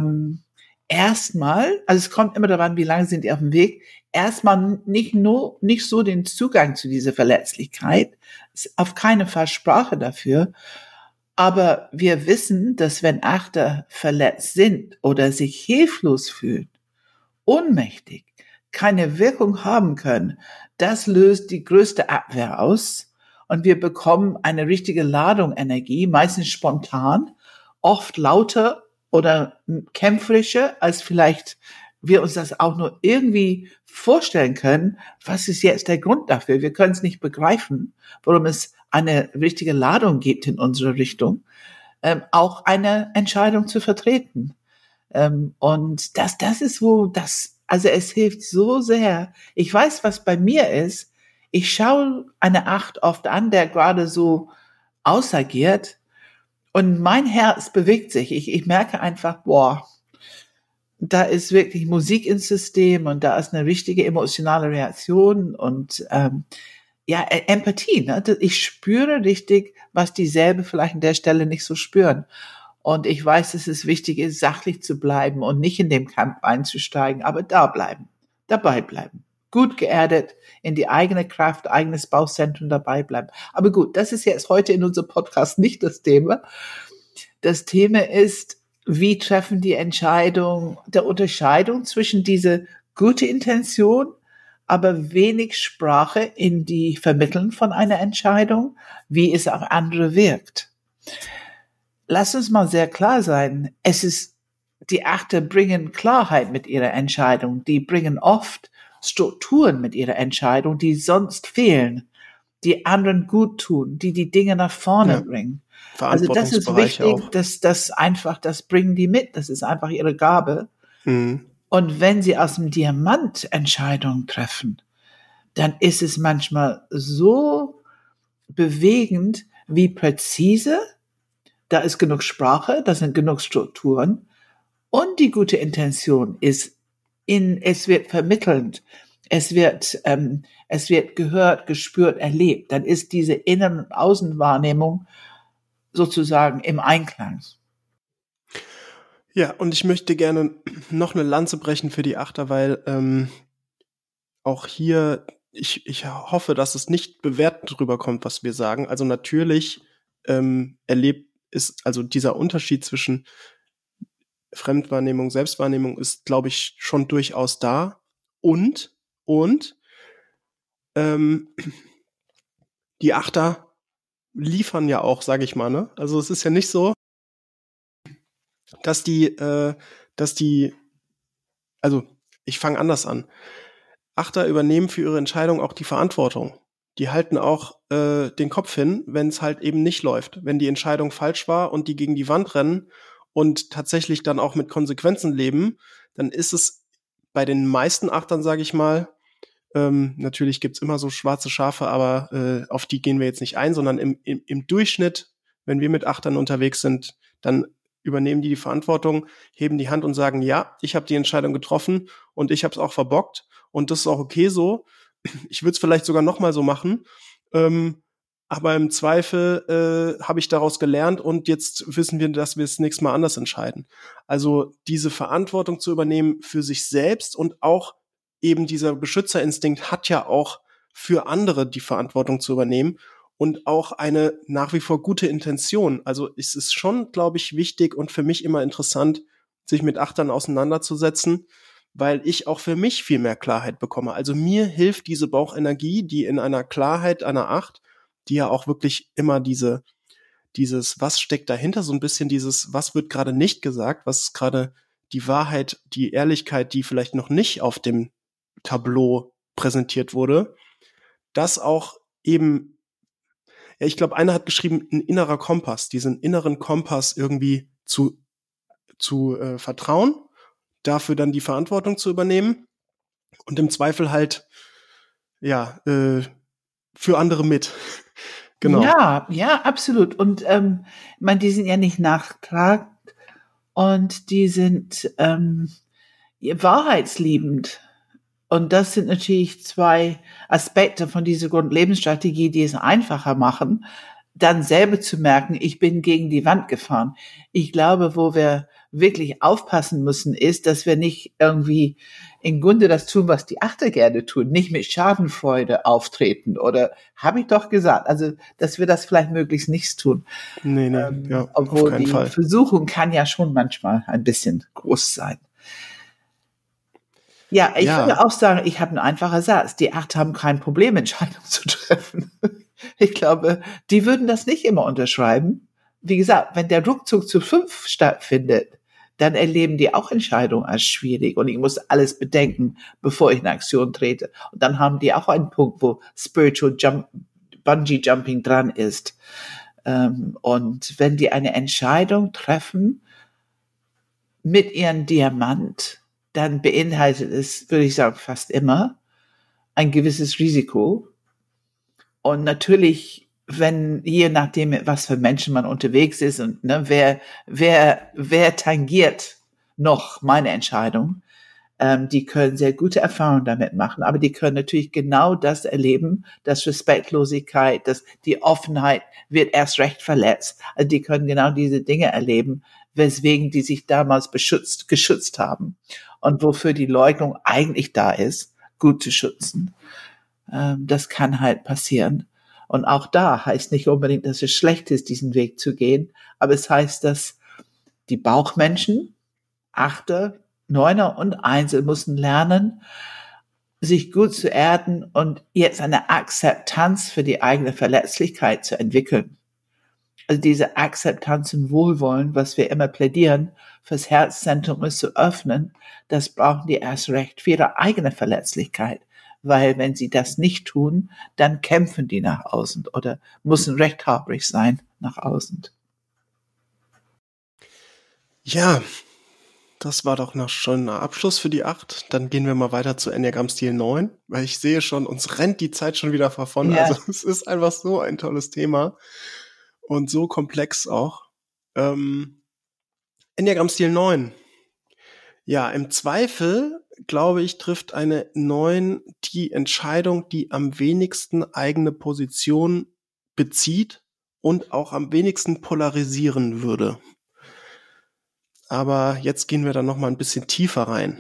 erstmal, also es kommt immer daran, wie lange sind die auf dem Weg, erstmal nicht so den Zugang zu dieser Verletzlichkeit, ist auf keinen Fall Sprache dafür. Aber wir wissen, dass wenn Achter verletzt sind oder sich hilflos fühlen, ohnmächtig, keine Wirkung haben können, das löst die größte Abwehr aus und wir bekommen eine richtige Ladung Energie, meistens spontan, oft lauter oder kämpferischer, als vielleicht wir uns das auch nur irgendwie vorstellen können. Was ist jetzt der Grund dafür? Wir können es nicht begreifen, warum es eine richtige Ladung gibt in unsere Richtung, auch eine Entscheidung zu vertreten. Und das ist also es hilft so sehr. Ich weiß, was bei mir ist. Ich schaue eine Acht oft an, der gerade so ausagiert und mein Herz bewegt sich. Ich merke einfach, boah, da ist wirklich Musik ins System und da ist eine richtige emotionale Reaktion und Empathie. Ne? Ich spüre richtig, was dieselbe vielleicht an der Stelle nicht so spüren. Und ich weiß, dass es wichtig ist, sachlich zu bleiben und nicht in dem Kampf einzusteigen, aber dabei bleiben. Gut geerdet, in die eigene Kraft, eigenes Bauchzentrum dabei bleiben. Aber gut, das ist jetzt heute in unserem Podcast nicht das Thema. Das Thema ist, wie treffen die Entscheidung, der Unterscheidung zwischen diese gute Intention, aber wenig Sprache in die Vermitteln von einer Entscheidung, wie es auf andere wirkt. Lass uns mal sehr klar sein. Die Achter bringen Klarheit mit ihrer Entscheidung. Die bringen oft Strukturen mit ihrer Entscheidung, die sonst fehlen, die anderen gut tun, die Dinge nach vorne bringen. Also das ist wichtig, das bringen die mit. Das ist einfach ihre Gabe. Mhm. Und wenn sie aus dem Diamant Entscheidungen treffen, dann ist es manchmal so bewegend, wie präzise. Da ist genug Sprache, da sind genug Strukturen und die gute Intention ist es wird vermittelnd, es wird gehört, gespürt, erlebt. Dann ist diese Innen- und Außenwahrnehmung sozusagen im Einklang. Ja, und ich möchte gerne noch eine Lanze brechen für die Achter, weil auch hier, ich hoffe, dass es nicht bewertend rüberkommt, was wir sagen. Also natürlich ist also dieser Unterschied zwischen Fremdwahrnehmung, Selbstwahrnehmung ist, glaube ich, schon durchaus da. Und die Achter liefern ja auch, sage ich mal, ne? Also es ist ja nicht so, dass also ich fange anders an. Achter übernehmen für ihre Entscheidung auch die Verantwortung. Die halten auch den Kopf hin, wenn es halt eben nicht läuft. Wenn die Entscheidung falsch war und die gegen die Wand rennen und tatsächlich dann auch mit Konsequenzen leben, dann ist es bei den meisten Achtern, sage ich mal, natürlich gibt's immer so schwarze Schafe, aber auf die gehen wir jetzt nicht ein, sondern im Durchschnitt, wenn wir mit Achtern unterwegs sind, dann übernehmen die Verantwortung, heben die Hand und sagen, ja, ich habe die Entscheidung getroffen und ich habe es auch verbockt und das ist auch okay so. Ich würde es vielleicht sogar noch mal so machen, aber im Zweifel habe ich daraus gelernt und jetzt wissen wir, dass wir es nächstes Mal anders entscheiden. Also diese Verantwortung zu übernehmen für sich selbst und auch eben dieser Beschützerinstinkt hat ja auch für andere die Verantwortung zu übernehmen und auch eine nach wie vor gute Intention. Also es ist schon, glaube ich, wichtig und für mich immer interessant, sich mit Achtern auseinanderzusetzen, weil ich auch für mich viel mehr Klarheit bekomme. Also mir hilft diese Bauchenergie, die in einer Klarheit einer Acht, die ja auch wirklich immer dieses, was steckt dahinter, so ein bisschen dieses, was wird gerade nicht gesagt, was ist gerade die Wahrheit, die Ehrlichkeit, die vielleicht noch nicht auf dem Tableau präsentiert wurde, das auch eben, ja, ich glaube, einer hat geschrieben, ein innerer Kompass, diesen inneren Kompass irgendwie zu vertrauen, dafür dann die Verantwortung zu übernehmen und im Zweifel halt, ja, für andere mit. Genau. Ja, absolut. Und die sind ja nicht nachtragend und die sind wahrheitsliebend. Und das sind natürlich zwei Aspekte von dieser Grundlebensstrategie, die es einfacher machen, dann selber zu merken, ich bin gegen die Wand gefahren. Ich glaube, wo wir wirklich aufpassen müssen, ist, dass wir nicht irgendwie im Grunde das tun, was die Achter gerne tun, nicht mit Schadenfreude auftreten oder habe ich doch gesagt, also dass wir das vielleicht möglichst nicht tun. Nee, ja, obwohl auf keinen die Fall. Versuchung kann ja schon manchmal ein bisschen groß sein. Ja, ich Ja, würde auch sagen, ich habe einen einfachen Satz. Die 8 haben kein Problem, Entscheidungen zu treffen. Ich glaube, die würden das nicht immer unterschreiben. Wie gesagt, wenn der Rückzug zu 5 stattfindet, dann erleben die auch Entscheidungen als schwierig und ich muss alles bedenken, bevor ich in Aktion trete. Und dann haben die auch einen Punkt, wo Bungee Jumping dran ist. Und wenn die eine Entscheidung treffen mit ihrem Diamant, dann beinhaltet es, würde ich sagen, fast immer ein gewisses Risiko. Und natürlich, wenn, je nachdem, was für Menschen man unterwegs ist und ne, wer tangiert noch meine Entscheidung, die können sehr gute Erfahrungen damit machen, aber die können natürlich genau das erleben, dass Respektlosigkeit, dass die Offenheit wird erst recht verletzt. Also die können genau diese Dinge erleben, weswegen die sich damals geschützt haben und wofür die Leugnung eigentlich da ist, gut zu schützen. Das kann halt passieren. Und auch da heißt nicht unbedingt, dass es schlecht ist, diesen Weg zu gehen, aber es heißt, dass die Bauchmenschen, Achter, Neuner und Einzel müssen lernen, sich gut zu erden und jetzt eine Akzeptanz für die eigene Verletzlichkeit zu entwickeln. Also diese Akzeptanz und Wohlwollen, was wir immer plädieren, fürs Herzzentrum ist zu öffnen, das brauchen die erst recht für ihre eigene Verletzlichkeit. Weil wenn sie das nicht tun, dann kämpfen die nach außen oder müssen rechthaberig sein nach außen. ja, das war doch noch schon ein Abschluss für die 8. Dann gehen wir mal weiter zu Enneagramm-Stil 9, weil ich sehe schon, uns rennt die Zeit schon wieder davon. Ja. Also es ist einfach so ein tolles Thema und so komplex auch. Enneagramm-Stil 9. Ja, im Zweifel, glaube ich, trifft eine 9 die Entscheidung, die am wenigsten eigene Position bezieht und auch am wenigsten polarisieren würde. Aber jetzt gehen wir da noch mal ein bisschen tiefer rein.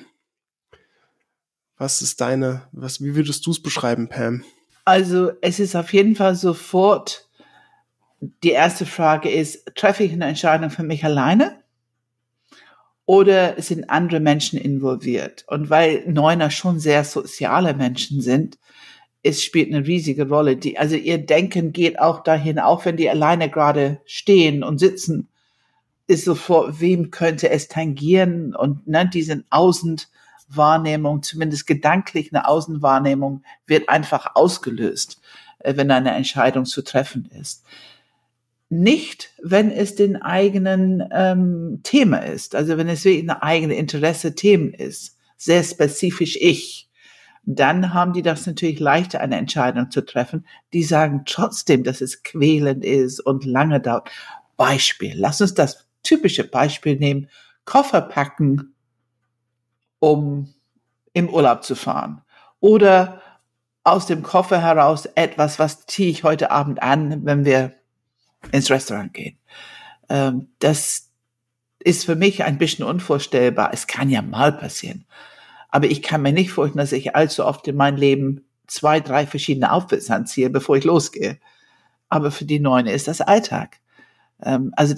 Wie würdest du es beschreiben, Pam? Also es ist auf jeden Fall sofort, die erste Frage ist, treffe ich eine Entscheidung für mich alleine? Oder sind andere Menschen involviert? Und weil Neuner schon sehr soziale Menschen sind, es spielt eine riesige Rolle. Also ihr Denken geht auch dahin, auch wenn die alleine gerade stehen und sitzen, ist sofort, wem könnte es tangieren? Und ne, diese Außenwahrnehmung, zumindest gedanklich eine Außenwahrnehmung, wird einfach ausgelöst, wenn eine Entscheidung zu treffen ist. Nicht, wenn es den eigenen Thema ist, also wenn es wirklich eine eigene Interesse-Themen ist, sehr spezifisch ich, dann haben die das natürlich leichter, eine Entscheidung zu treffen. Die sagen trotzdem, dass es quälend ist und lange dauert. Beispiel, lass uns das typische Beispiel nehmen, Koffer packen, um im Urlaub zu fahren. Oder aus dem Koffer heraus etwas, was ziehe ich heute Abend an, wenn wir ins Restaurant gehen. Das ist für mich ein bisschen unvorstellbar. Es kann ja mal passieren. Aber ich kann mir nicht vorstellen, dass ich allzu oft in meinem Leben 2, 3 verschiedene Outfits anziehe, bevor ich losgehe. Aber für die 9 ist das Alltag. Also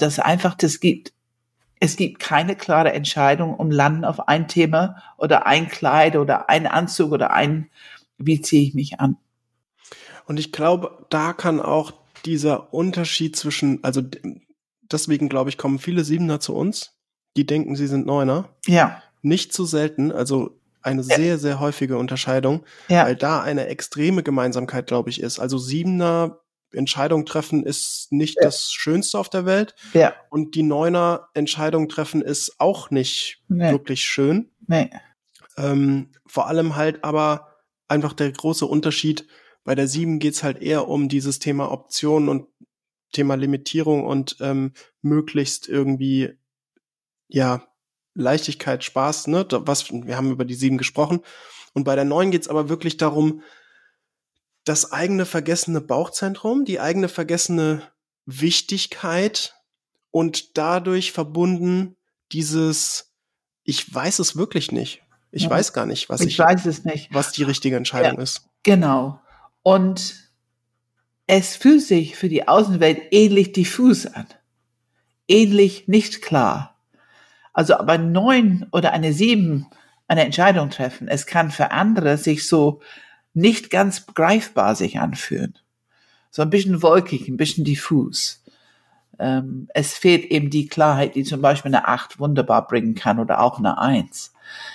es gibt keine klare Entscheidung, um landen auf ein Thema oder ein Kleid oder ein Anzug oder wie ziehe ich mich an. Und ich glaube, da kann auch dieser Unterschied zwischen, also deswegen glaube ich, kommen viele Siebener zu uns, die denken, sie sind Neuner. Ja. Nicht zu selten, also eine sehr, sehr häufige Unterscheidung, weil da eine extreme Gemeinsamkeit, glaube ich, ist. Also Siebener Entscheidung treffen ist nicht das Schönste auf der Welt. Ja. Und die 9er Entscheidung treffen ist auch nicht wirklich schön. Nee. Vor allem halt aber einfach der große Unterschied, bei der 7 geht's halt eher um dieses Thema Optionen und Thema Limitierung und möglichst irgendwie, ja, Leichtigkeit, Spaß, ne? Wir haben über die 7 gesprochen. Und bei der 9 geht's aber wirklich darum, das eigene vergessene Bauchzentrum, die eigene vergessene Wichtigkeit und dadurch verbunden dieses, ich weiß es wirklich nicht. Ich weiß gar nicht, was die richtige Entscheidung ist. Genau. Und es fühlt sich für die Außenwelt ähnlich diffus an. Ähnlich nicht klar. Also aber 9 oder eine 7 eine Entscheidung treffen. Es kann für andere sich so nicht ganz greifbar sich anfühlen. So ein bisschen wolkig, ein bisschen diffus. Es fehlt eben die Klarheit, die zum Beispiel eine 8 wunderbar bringen kann oder auch eine 1.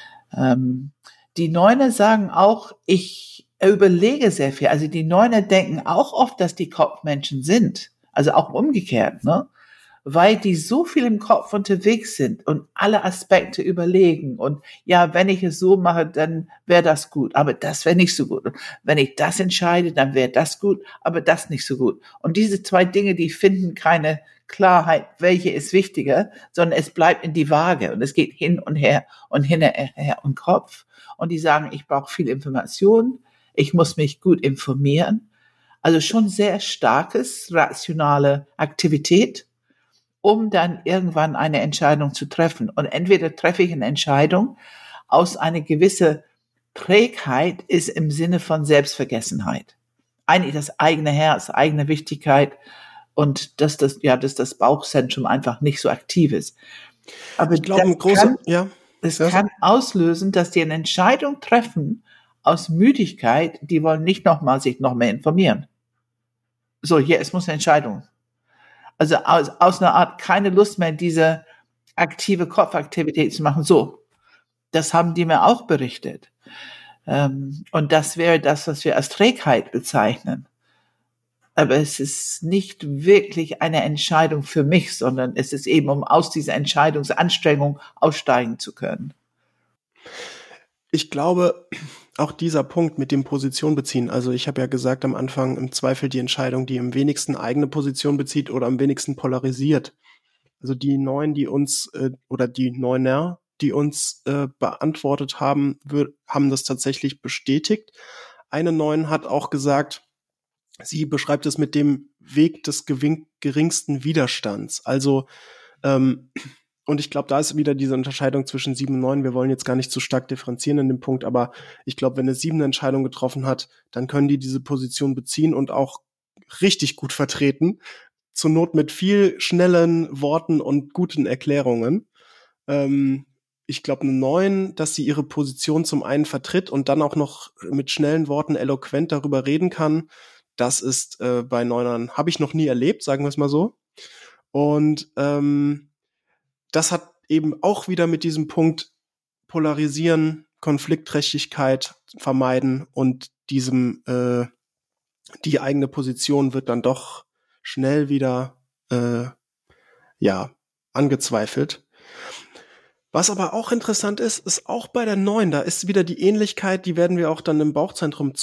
Die Neuner sagen auch, ich überlege sehr viel. Also die Neuner denken auch oft, dass die Kopfmenschen sind. Also auch umgekehrt, ne? Weil die so viel im Kopf unterwegs sind und alle Aspekte überlegen. Und ja, wenn ich es so mache, dann wäre das gut. Aber das wäre nicht so gut. Und wenn ich das entscheide, dann wäre das gut, aber das nicht so gut. Und diese zwei Dinge, die finden keine Klarheit, welche ist wichtiger, sondern es bleibt in die Waage. Und es geht hin und her und und Kopf. Und die sagen, ich brauche viel Information. Ich muss mich gut informieren. Also schon sehr starkes, rationale Aktivität, um dann irgendwann eine Entscheidung zu treffen. Und entweder treffe ich eine Entscheidung aus einer gewissen Trägheit, ist im Sinne von Selbstvergessenheit. Eigentlich das eigene Herz, eigene Wichtigkeit und dass das Bauchzentrum einfach nicht so aktiv ist. Aber ich glaube, ein großer, es kann auslösen, dass die eine Entscheidung treffen aus Müdigkeit, die wollen nicht sich noch mehr informieren. So, hier, es muss eine Entscheidung. Also aus einer Art keine Lust mehr, diese aktive Kopfaktivität zu machen. So, das haben die mir auch berichtet. Und das wäre das, was wir als Trägheit bezeichnen. Aber es ist nicht wirklich eine Entscheidung für mich, sondern es ist eben, um aus dieser Entscheidungsanstrengung aussteigen zu können. Ich glaube, auch dieser Punkt mit dem Position beziehen, also ich habe ja gesagt am Anfang, im Zweifel die Entscheidung, die am wenigsten eigene Position bezieht oder am wenigsten polarisiert. Also die Neuen, die uns, oder die Neuner, die uns beantwortet haben, haben das tatsächlich bestätigt. Eine Neun hat auch gesagt, sie beschreibt es mit dem Weg des geringsten Widerstands. Also, und ich glaube, da ist wieder diese Unterscheidung zwischen 7 und 9. Wir wollen jetzt gar nicht zu stark differenzieren in dem Punkt, aber ich glaube, wenn eine 7 eine Entscheidung getroffen hat, dann können die diese Position beziehen und auch richtig gut vertreten. Zur Not mit viel schnellen Worten und guten Erklärungen. Ich glaube, eine 9, dass sie ihre Position zum einen vertritt und dann auch noch mit schnellen Worten eloquent darüber reden kann. Das ist bei Neunern, habe ich noch nie erlebt, sagen wir es mal so. Und das hat eben auch wieder mit diesem Punkt Polarisieren, Konfliktträchtigkeit vermeiden und diesem die eigene Position wird dann doch schnell wieder angezweifelt. Was aber auch interessant ist auch bei der 9, da ist wieder die Ähnlichkeit, die werden wir auch dann im Bauchzentrum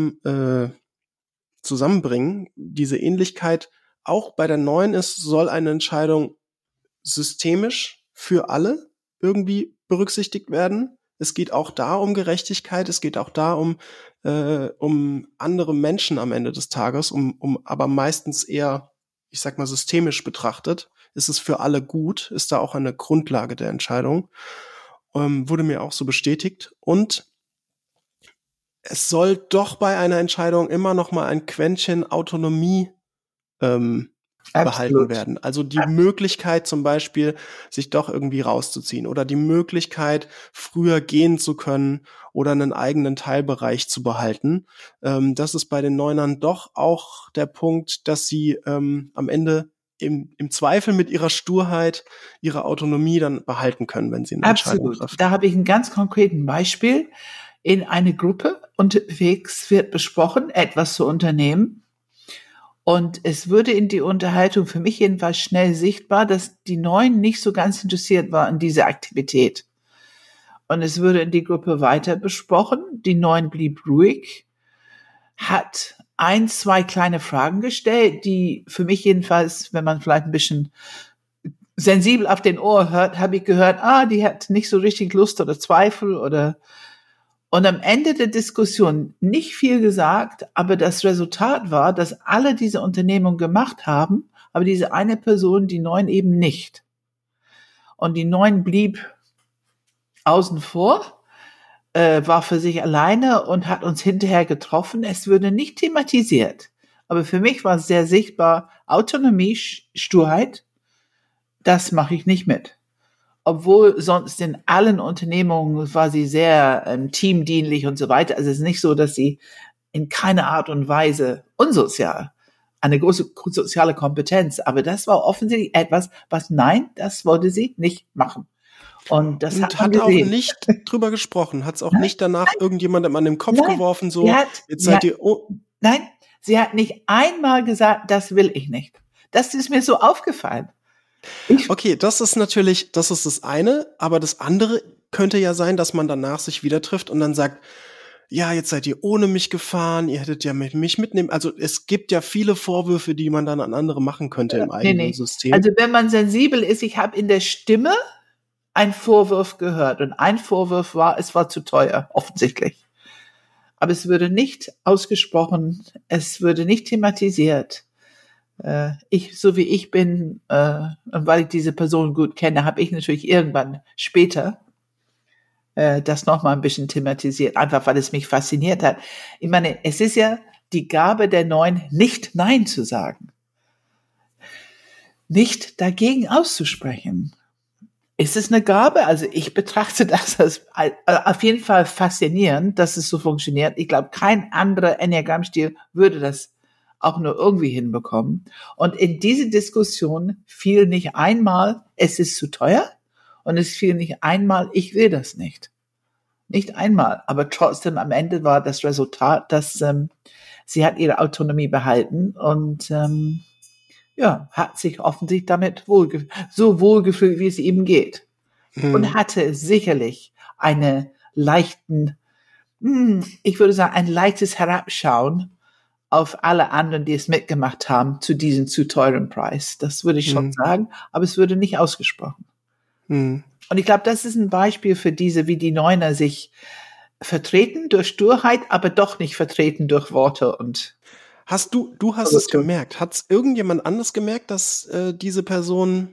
zusammenbringen. Diese Ähnlichkeit auch bei der 9 soll eine Entscheidung systemisch für alle irgendwie berücksichtigt werden. Es geht auch da um Gerechtigkeit, es geht auch da um andere Menschen am Ende des Tages, aber meistens eher, ich sag mal, systemisch betrachtet. Ist es für alle gut? Ist da auch eine Grundlage der Entscheidung? Wurde mir auch so bestätigt. Und es soll doch bei einer Entscheidung immer noch mal ein Quäntchen Autonomie behalten werden. Also die Möglichkeit zum Beispiel, sich doch irgendwie rauszuziehen oder die Möglichkeit, früher gehen zu können oder einen eigenen Teilbereich zu behalten. Das ist bei den Neunern doch auch der Punkt, dass sie am Ende im Zweifel mit ihrer Sturheit ihre Autonomie dann behalten können, wenn sie eine Entscheidung treffen. Da habe ich einen ganz konkreten Beispiel. In eine Gruppe unterwegs wird besprochen, etwas zu unternehmen. Und es wurde in die Unterhaltung für mich jedenfalls schnell sichtbar, dass die Neuen nicht so ganz interessiert waren an dieser Aktivität. Und es wurde in die Gruppe weiter besprochen. Die Neuen blieb ruhig, hat 1, 2 kleine Fragen gestellt, die für mich jedenfalls, wenn man vielleicht ein bisschen sensibel auf den Ohr hört, habe ich gehört, die hat nicht so richtig Lust oder Zweifel und am Ende der Diskussion nicht viel gesagt, aber das Resultat war, dass alle diese Unternehmung gemacht haben, aber diese eine Person, die 9 eben nicht. Und die 9 blieb außen vor, war für sich alleine und hat uns hinterher getroffen. Es wurde nicht thematisiert, aber für mich war es sehr sichtbar, Autonomie, Sturheit, das mache ich nicht mit. obwohl sonst in allen Unternehmungen war sie sehr teamdienlich und so weiter. Also es ist nicht so, dass sie in keiner Art und Weise unsozial, eine große soziale Kompetenz, aber das war offensichtlich etwas, das wollte sie nicht machen. Und das Und hat man auch gesehen. nicht drüber gesprochen, hat es auch Nein, nicht danach irgendjemandem an den Kopf geworfen, so, jetzt seid ihr, nein, sie hat nicht einmal gesagt, das will ich nicht. Das ist mir so aufgefallen. Okay, das ist das eine, aber das andere könnte ja sein, dass man danach sich wieder trifft und dann sagt, ja, jetzt seid ihr ohne mich gefahren, ihr hättet ja mich mitnehmen. Also es gibt ja viele Vorwürfe, die man dann an andere machen könnte im eigenen System. Also wenn man sensibel ist, ich habe in der Stimme einen Vorwurf gehört und ein Vorwurf war, es war zu teuer, offensichtlich. Aber es würde nicht ausgesprochen, es würde nicht thematisiert. So wie ich bin, und weil ich diese Person gut kenne, habe ich natürlich irgendwann später das nochmal ein bisschen thematisiert, einfach weil es mich fasziniert hat. Ich meine, es ist ja die Gabe der Neuen, nicht Nein zu sagen. Nicht dagegen auszusprechen. Ist es eine Gabe? Also ich betrachte das als auf jeden Fall faszinierend, dass es so funktioniert. Ich glaube, kein anderer Enneagramm-Stil würde das auch nur irgendwie hinbekommen. Und in diese Diskussion fiel nicht einmal, es ist zu teuer, und es fiel nicht einmal, ich will das nicht. Nicht einmal. Aber trotzdem am Ende war das Resultat, dass sie hat ihre Autonomie behalten und hat sich offensichtlich damit so wohlgefühlt, wie es ihm geht. Und hatte sicherlich einen leichten, ich würde sagen, ein leichtes Herabschauen auf alle anderen, die es mitgemacht haben, zu diesem zu teuren Preis. Das würde ich schon sagen, aber es würde nicht ausgesprochen. Und ich glaube, das ist ein Beispiel für wie die Neuner sich vertreten durch Sturheit, aber doch nicht vertreten durch Worte und Du hast es gemerkt. Hat es irgendjemand anders gemerkt, dass diese Person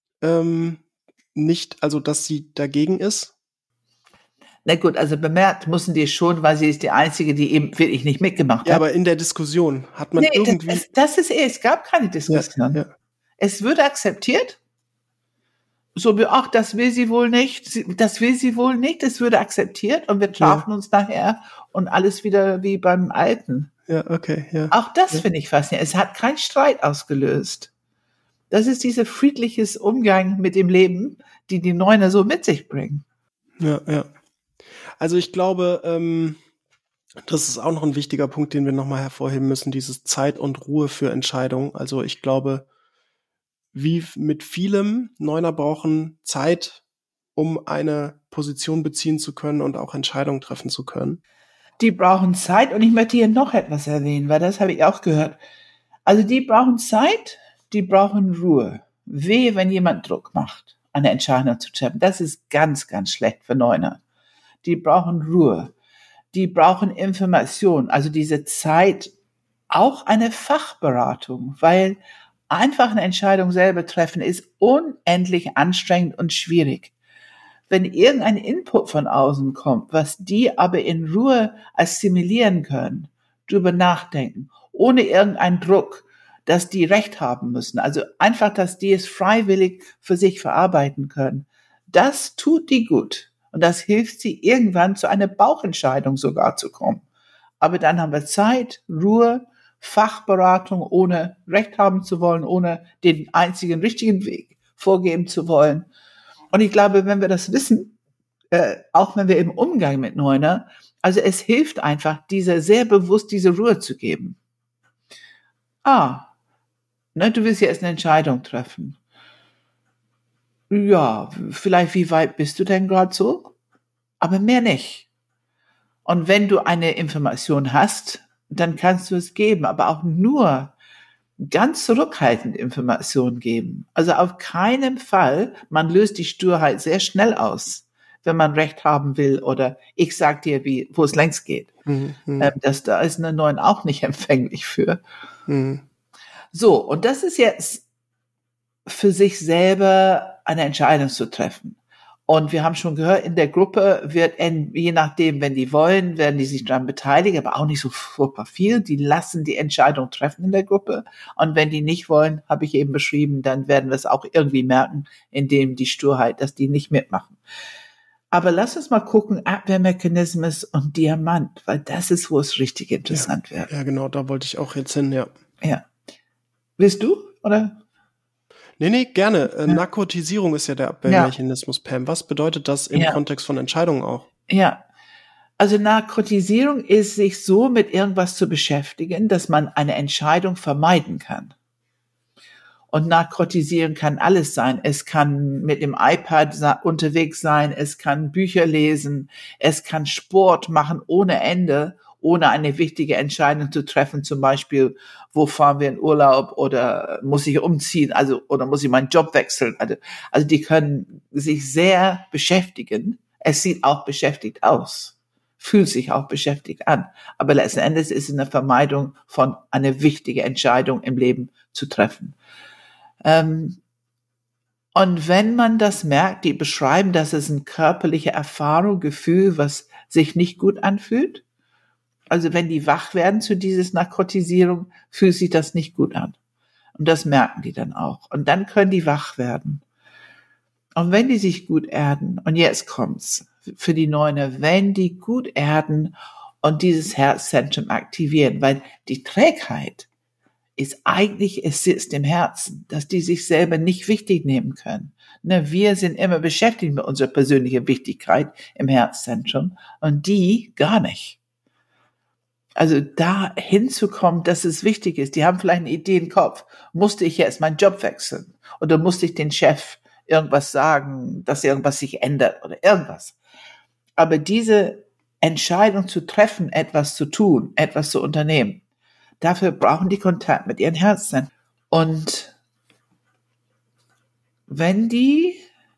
dass sie dagegen ist? Na gut, also bemerkt müssen die schon, weil sie ist die Einzige, die eben wirklich nicht mitgemacht hat. Ja, aber in der Diskussion hat man irgendwie... Es gab keine Diskussion. Ja. Es würde akzeptiert. So wie, das will sie wohl nicht, es würde akzeptiert und wir trafen uns nachher und alles wieder wie beim Alten. Ja, okay, ja. Auch das finde ich faszinierend. Es hat keinen Streit ausgelöst. Das ist dieser friedliches Umgang mit dem Leben, die Neuner so mit sich bringen. Ja, ja. Also ich glaube, das ist auch noch ein wichtiger Punkt, den wir nochmal hervorheben müssen, dieses Zeit und Ruhe für Entscheidungen. Also ich glaube, wie mit vielem, Neuner brauchen Zeit, um eine Position beziehen zu können und auch Entscheidungen treffen zu können. Die brauchen Zeit, und ich möchte hier noch etwas erwähnen, weil das habe ich auch gehört. Also die brauchen Zeit, die brauchen Ruhe. Wehe, wenn jemand Druck macht, eine Entscheidung zu treffen. Das ist ganz, ganz schlecht für Neuner. Die brauchen Ruhe. Die brauchen Information, also diese Zeit, auch eine Fachberatung, weil einfach eine Entscheidung selber treffen ist unendlich anstrengend und schwierig. Wenn irgendein Input von außen kommt, was die aber in Ruhe assimilieren können, drüber nachdenken, ohne irgendeinen Druck, dass die Recht haben müssen, also einfach, dass die es freiwillig für sich verarbeiten können, das tut die gut. Und das hilft sie, irgendwann zu einer Bauchentscheidung sogar zu kommen. Aber dann haben wir Zeit, Ruhe, Fachberatung, ohne Recht haben zu wollen, ohne den einzigen richtigen Weg vorgeben zu wollen. Und ich glaube, wenn wir das wissen, auch wenn wir im Umgang mit Neuner, also es hilft einfach, sehr bewusst diese Ruhe zu geben. Du willst jetzt eine Entscheidung treffen. Ja, vielleicht wie weit bist du denn gerade so? Aber mehr nicht. Und wenn du eine Information hast, dann kannst du es geben, aber auch nur ganz zurückhaltend Informationen geben. Also auf keinen Fall, man löst die Sturheit sehr schnell aus, wenn man Recht haben will oder ich sag dir, wo es längst geht. Da ist eine Neuen auch nicht empfänglich für. So, und das ist jetzt für sich selber eine Entscheidung zu treffen. Und wir haben schon gehört, in der Gruppe wird, je nachdem, wenn die wollen, werden die sich daran beteiligen, aber auch nicht so furchtbar viel. Die lassen die Entscheidung treffen in der Gruppe. Und wenn die nicht wollen, habe ich eben beschrieben, dann werden wir es auch irgendwie merken, indem die Sturheit, dass die nicht mitmachen. Aber lass uns mal gucken, Abwehrmechanismus und Diamant, weil das ist, wo es richtig interessant wird. Ja, genau, da wollte ich auch jetzt hin, ja. Ja. Willst du, oder? Nee, gerne. Narkotisierung ist ja der Abwehrmechanismus, Pam. Was bedeutet das im Kontext von Entscheidungen auch? Ja, also Narkotisierung ist, sich so mit irgendwas zu beschäftigen, dass man eine Entscheidung vermeiden kann. Und Narkotisieren kann alles sein. Es kann mit dem iPad unterwegs sein, es kann Bücher lesen, es kann Sport machen ohne Ende, ohne eine wichtige Entscheidung zu treffen, zum Beispiel, wo fahren wir in Urlaub oder muss ich umziehen, also oder muss ich meinen Job wechseln. Also die können sich sehr beschäftigen. Es sieht auch beschäftigt aus, fühlt sich auch beschäftigt an. Aber letzten Endes ist es eine Vermeidung von einer wichtigen Entscheidung im Leben zu treffen. Und wenn man das merkt, die beschreiben, dass es eine körperliche Erfahrung, Gefühl, was sich nicht gut anfühlt. Also wenn die wach werden zu dieses Narkotisierung, fühlt sich das nicht gut an. Und das merken die dann auch. Und dann können die wach werden. Und wenn die sich gut erden, und jetzt kommt's für die Neuner, wenn die gut erden und dieses Herzzentrum aktivieren, weil die Trägheit ist eigentlich, es sitzt im Herzen, dass die sich selber nicht wichtig nehmen können. Ne, wir sind immer beschäftigt mit unserer persönlichen Wichtigkeit im Herzzentrum und die gar nicht. Also da hinzukommen, dass es wichtig ist. Die haben vielleicht eine Idee im Kopf. Musste ich jetzt meinen Job wechseln? Oder musste ich den Chef irgendwas sagen, dass irgendwas sich ändert oder irgendwas? Aber diese Entscheidung zu treffen, etwas zu tun, etwas zu unternehmen, dafür brauchen die Kontakt mit ihren Herzen. Und wenn die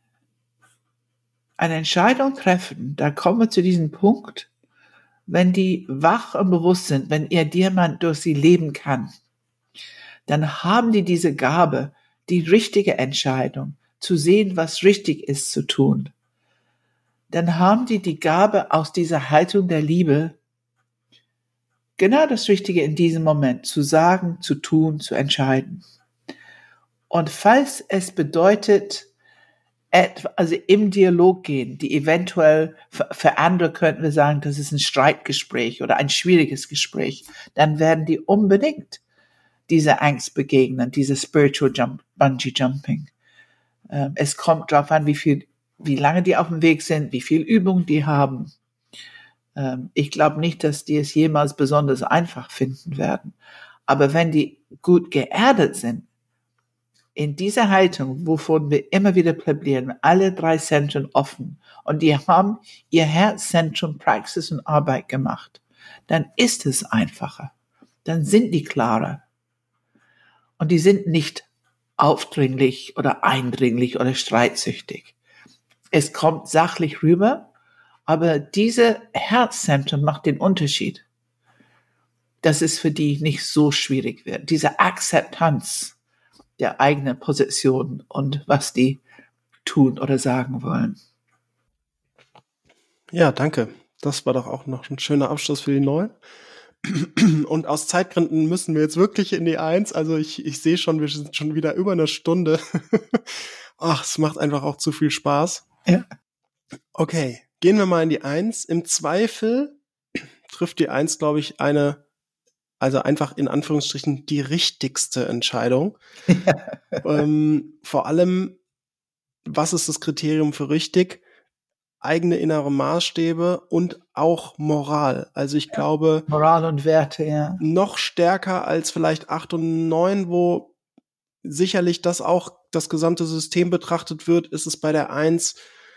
eine Entscheidung treffen, da kommen wir zu diesem Punkt, wenn die wach und bewusst sind, wenn ihr Diamant durch sie leben kann, dann haben die diese Gabe, die richtige Entscheidung, zu sehen, was richtig ist zu tun. Dann haben die Gabe aus dieser Haltung der Liebe, genau das Richtige in diesem Moment zu sagen, zu tun, zu entscheiden. Und falls es bedeutet, also im Dialog gehen, die eventuell für andere könnten wir sagen, das ist ein Streitgespräch oder ein schwieriges Gespräch, dann werden die unbedingt dieser Angst begegnen, diese Spiritual Bungee Jumping. Es kommt darauf an, wie lange die auf dem Weg sind, wie viel Übung die haben. Ich glaube nicht, dass die es jemals besonders einfach finden werden. Aber wenn die gut geerdet sind, in dieser Haltung, wovon wir immer wieder plädieren, alle 3 Zentren offen und die haben ihr Herzzentrum Praxis und Arbeit gemacht, dann ist es einfacher. Dann sind die klarer. Und die sind nicht aufdringlich oder eindringlich oder streitsüchtig. Es kommt sachlich rüber, aber diese Herzzentrum macht den Unterschied, dass es für die nicht so schwierig wird. Diese Akzeptanz der eigenen Position und was die tun oder sagen wollen. Ja, danke. Das war doch auch noch ein schöner Abschluss für die Neuen. Und aus Zeitgründen müssen wir jetzt wirklich in die 1. Also ich sehe schon, wir sind schon wieder über eine Stunde. Ach, es macht einfach auch zu viel Spaß. Ja. Okay, gehen wir mal in die 1. Im Zweifel trifft die 1, glaube ich, also einfach in Anführungsstrichen die richtigste Entscheidung. Vor allem, was ist das Kriterium für richtig? Eigene innere Maßstäbe und auch Moral. Also ich glaube, Moral und Werte, ja. Noch stärker als vielleicht 8 und 9, wo sicherlich das auch das gesamte System betrachtet wird, ist es bei der 1,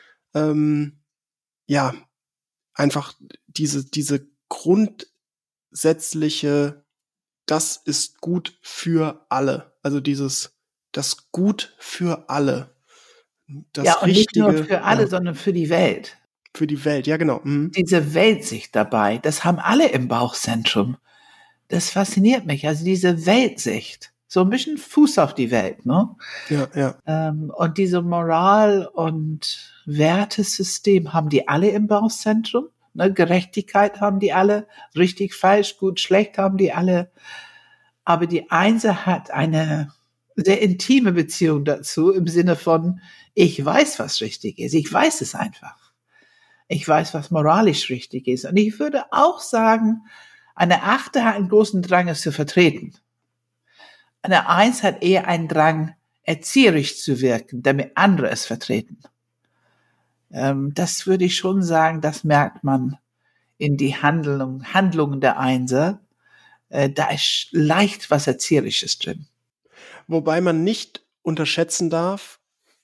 einfach diese grundsätzliche, das ist gut für alle. Also das gut für alle. Das ja, und Richtige, nicht nur für alle, sondern für die Welt. Für die Welt, ja genau. Mhm. Diese Weltsicht dabei, das haben alle im Bauchzentrum. Das fasziniert mich, also diese Weltsicht. so ein bisschen Fuß auf die Welt, ne? Ja. Und diese Moral- und Wertesystem haben die alle im Bauchzentrum. Ne? Gerechtigkeit haben die alle, richtig, falsch, gut, schlecht haben die alle. Aber die Einser hat eine sehr intime Beziehung dazu im Sinne von, ich weiß, was richtig ist. Ich weiß es einfach. Ich weiß, was moralisch richtig ist. Und ich würde auch sagen, eine Achte hat einen großen Drang, es zu vertreten. Eine Eins hat eher einen Drang, erzieherisch zu wirken, damit andere es vertreten. Das würde ich schon sagen, das merkt man in die Handlungen der Einser. Da ist leicht was Erzieherisches drin. Wobei man nicht unterschätzen darf,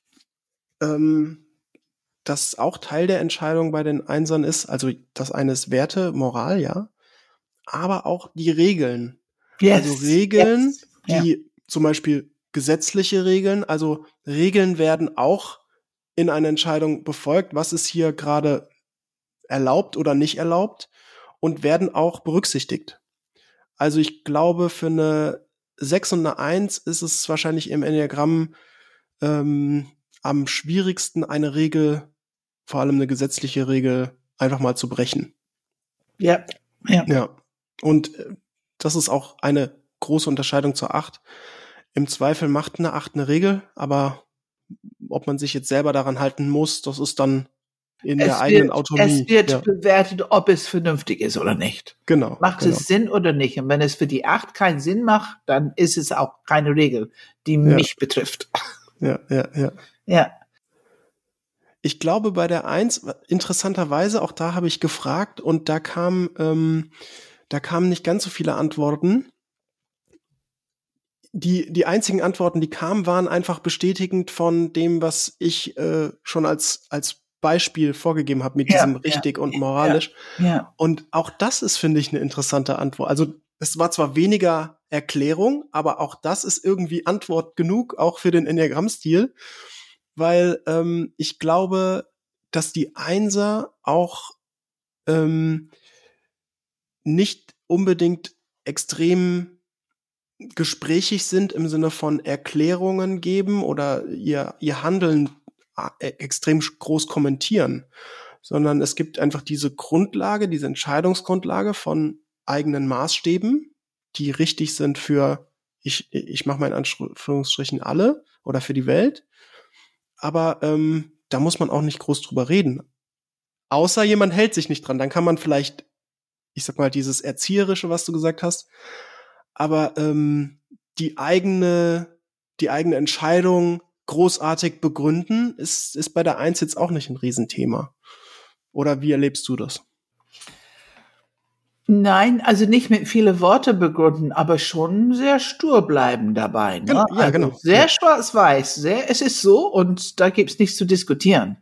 dass auch Teil der Entscheidung bei den Einsern ist, also das eine ist Werte, Moral, ja, aber auch die Regeln. Yes, also Regeln, yes, die zum Beispiel gesetzliche Regeln, also Regeln werden auch in einer Entscheidung befolgt, was ist hier gerade erlaubt oder nicht erlaubt und werden auch berücksichtigt. Also ich glaube, für eine 6 und eine 1 ist es wahrscheinlich im Enneagramm am schwierigsten, eine Regel, vor allem eine gesetzliche Regel, einfach mal zu brechen. Ja. Und das ist auch eine große Unterscheidung zur 8. Im Zweifel macht eine 8 eine Regel, aber ob man sich jetzt selber daran halten muss, das ist dann in der eigenen Autonomie. Es wird bewertet, ob es vernünftig ist oder nicht. Genau. Macht es Sinn oder nicht? Und wenn es für die 8 keinen Sinn macht, dann ist es auch keine Regel, die mich betrifft. Ja. Ich glaube, bei der 1, interessanterweise, auch da habe ich gefragt und da kamen nicht ganz so viele Antworten. Die einzigen Antworten, die kamen, waren einfach bestätigend von dem, was ich schon als Beispiel vorgegeben habe mit diesem richtig und moralisch. Ja. Und auch das ist, finde ich, eine interessante Antwort. Also es war zwar weniger Erklärung, aber auch das ist irgendwie Antwort genug, auch für den Enneagramm-Stil, weil ich glaube, dass die Einser auch nicht unbedingt extrem gesprächig sind im Sinne von Erklärungen geben oder ihr Handeln extrem groß kommentieren, sondern es gibt einfach diese Grundlage, diese Entscheidungsgrundlage von eigenen Maßstäben, die richtig sind für, ich mache mal in Anführungsstrichen alle oder für die Welt, aber da muss man auch nicht groß drüber reden. Außer jemand hält sich nicht dran, dann kann man vielleicht, ich sag mal, dieses Erzieherische, was du gesagt hast, aber die eigene Entscheidung großartig begründen, ist bei der 1 jetzt auch nicht ein Riesenthema. Oder wie erlebst du das? Nein, also nicht mit viele Worte begründen, aber schon sehr stur bleiben dabei. Ne? Ja, genau. Sehr schwarz-weiß, es ist so und da gibt's nichts zu diskutieren.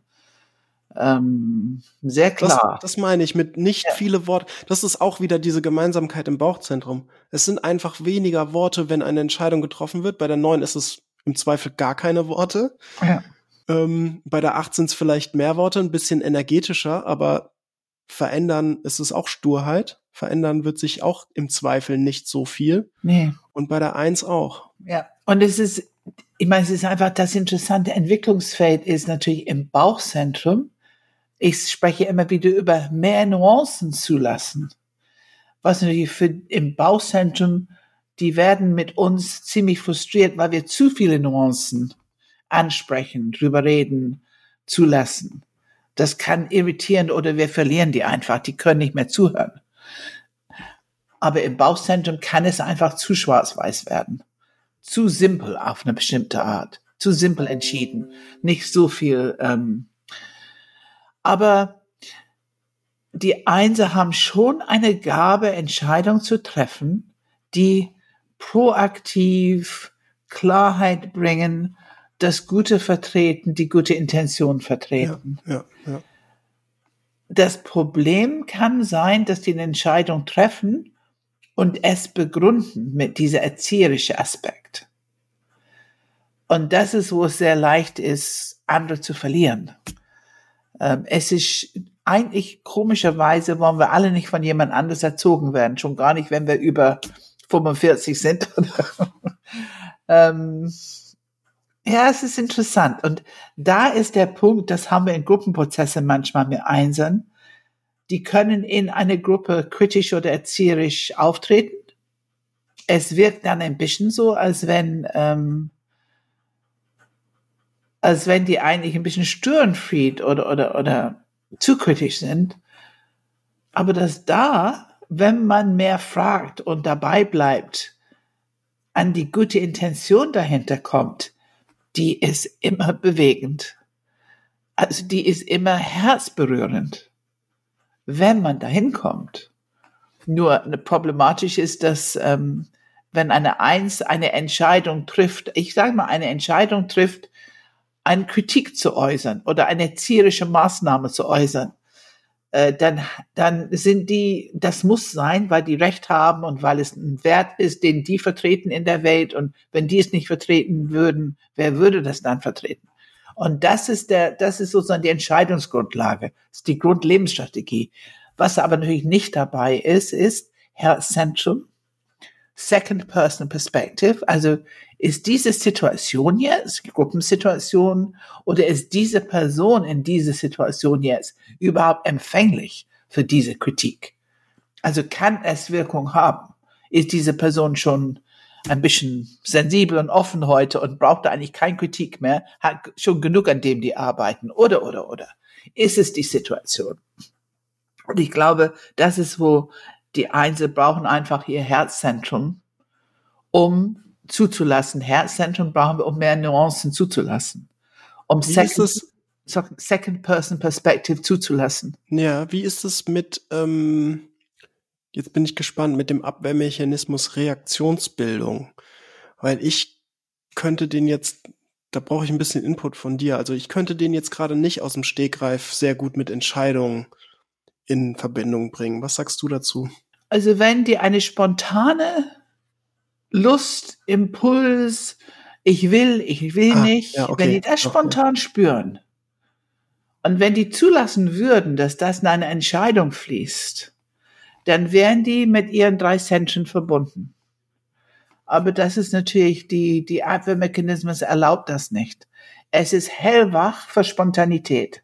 Sehr klar. Das meine ich mit nicht viele Worte. Das ist auch wieder diese Gemeinsamkeit im Bauchzentrum. Es sind einfach weniger Worte, wenn eine Entscheidung getroffen wird. Bei der 9 ist es im Zweifel gar keine Worte. Ja. Bei der 8 sind es vielleicht mehr Worte, ein bisschen energetischer, aber verändern ist es auch Sturheit. Verändern wird sich auch im Zweifel nicht so viel. Nee. Und bei der 1 auch. Ja, und es ist einfach das interessante Entwicklungsfeld ist natürlich im Bauchzentrum. Ich spreche immer wieder über mehr Nuancen zulassen. Was natürlich im Bauchzentrum, die werden mit uns ziemlich frustriert, weil wir zu viele Nuancen ansprechen, drüber reden, zulassen. Das kann irritieren oder wir verlieren die einfach, die können nicht mehr zuhören. Aber im Bauchzentrum kann es einfach zu schwarz-weiß werden. Zu simpel auf eine bestimmte Art. Zu simpel entschieden. Nicht so viel. Aber die Einser haben schon eine Gabe, Entscheidungen zu treffen, die proaktiv Klarheit bringen, das Gute vertreten, die gute Intention vertreten. Ja. Das Problem kann sein, dass die eine Entscheidung treffen und es begründen mit dieser erzieherische Aspekt. Und das ist, wo es sehr leicht ist, andere zu verlieren. Es ist eigentlich komischerweise, wollen wir alle nicht von jemand anders erzogen werden, schon gar nicht, wenn wir über 45 sind. Ähm, ja, es ist interessant. Und da ist der Punkt, das haben wir in Gruppenprozessen manchmal mit Einsern. Die können in eine Gruppe kritisch oder erzieherisch auftreten. Es wirkt dann ein bisschen so, als wenn die eigentlich ein bisschen Störenfried oder zu kritisch sind. Aber dass da, wenn man mehr fragt und dabei bleibt, an die gute Intention dahinter kommt, die ist immer bewegend. Also die ist immer herzberührend, wenn man dahin kommt. Nur problematisch ist, dass wenn eine Eins eine Entscheidung trifft, ich sage mal, eine Entscheidung trifft, eine Kritik zu äußern oder eine erzieherische Maßnahme zu äußern, dann sind die, das muss sein, weil die Recht haben und weil es ein Wert ist, den die vertreten in der Welt. Und wenn die es nicht vertreten würden, wer würde das dann vertreten? Und das ist sozusagen die Entscheidungsgrundlage. Das ist die Grundlebensstrategie. Was aber natürlich nicht dabei ist Herzzentrum, Second Person Perspective. Also ist diese Situation jetzt, Gruppensituation, oder ist diese Person in dieser Situation jetzt überhaupt empfänglich für diese Kritik? Also kann es Wirkung haben? Ist diese Person schon ein bisschen sensibel und offen heute und braucht da eigentlich keine Kritik mehr, hat schon genug, an dem die arbeiten? Oder. Ist es die Situation? Und ich glaube, das ist, wo die Einzel brauchen einfach ihr Herzzentrum, um zuzulassen. Herzzentrum brauchen wir, um mehr Nuancen zuzulassen. Um Second Person Perspective zuzulassen. Ja, wie ist es mit, jetzt bin ich gespannt, mit dem Abwehrmechanismus Reaktionsbildung? Weil ich könnte den jetzt, da brauche ich ein bisschen Input von dir, also ich könnte den jetzt gerade nicht aus dem Stegreif sehr gut mit Entscheidungen in Verbindung bringen. Was sagst du dazu? Also wenn dir eine spontane Lust, Impuls, ich will nicht, ja, okay. wenn die das spontan spüren und wenn die zulassen würden, dass das in eine Entscheidung fließt, dann wären die mit ihren 3 Zentren verbunden. Aber das ist natürlich, die Abwehrmechanismus erlaubt das nicht. Es ist hellwach für Spontanität.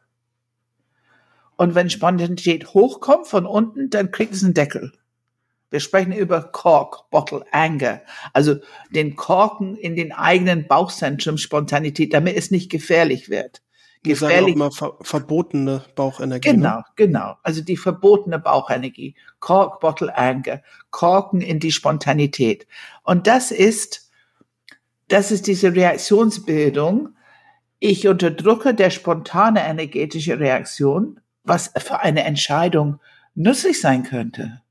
Und wenn Spontanität hochkommt von unten, dann kriegt es einen Deckel. Wir sprechen über Cork, Bottle, Anger. Also den Korken in den eigenen Bauchzentrum, Spontanität, damit es nicht gefährlich wird. Gefährlich. Wir sagen auch mal verbotene Bauchenergie. Genau. Also die verbotene Bauchenergie. Cork, Bottle, Anger. Korken in die Spontanität. Und das ist diese Reaktionsbildung. Ich unterdrücke der spontane energetische Reaktion, was für eine Entscheidung nützlich sein könnte.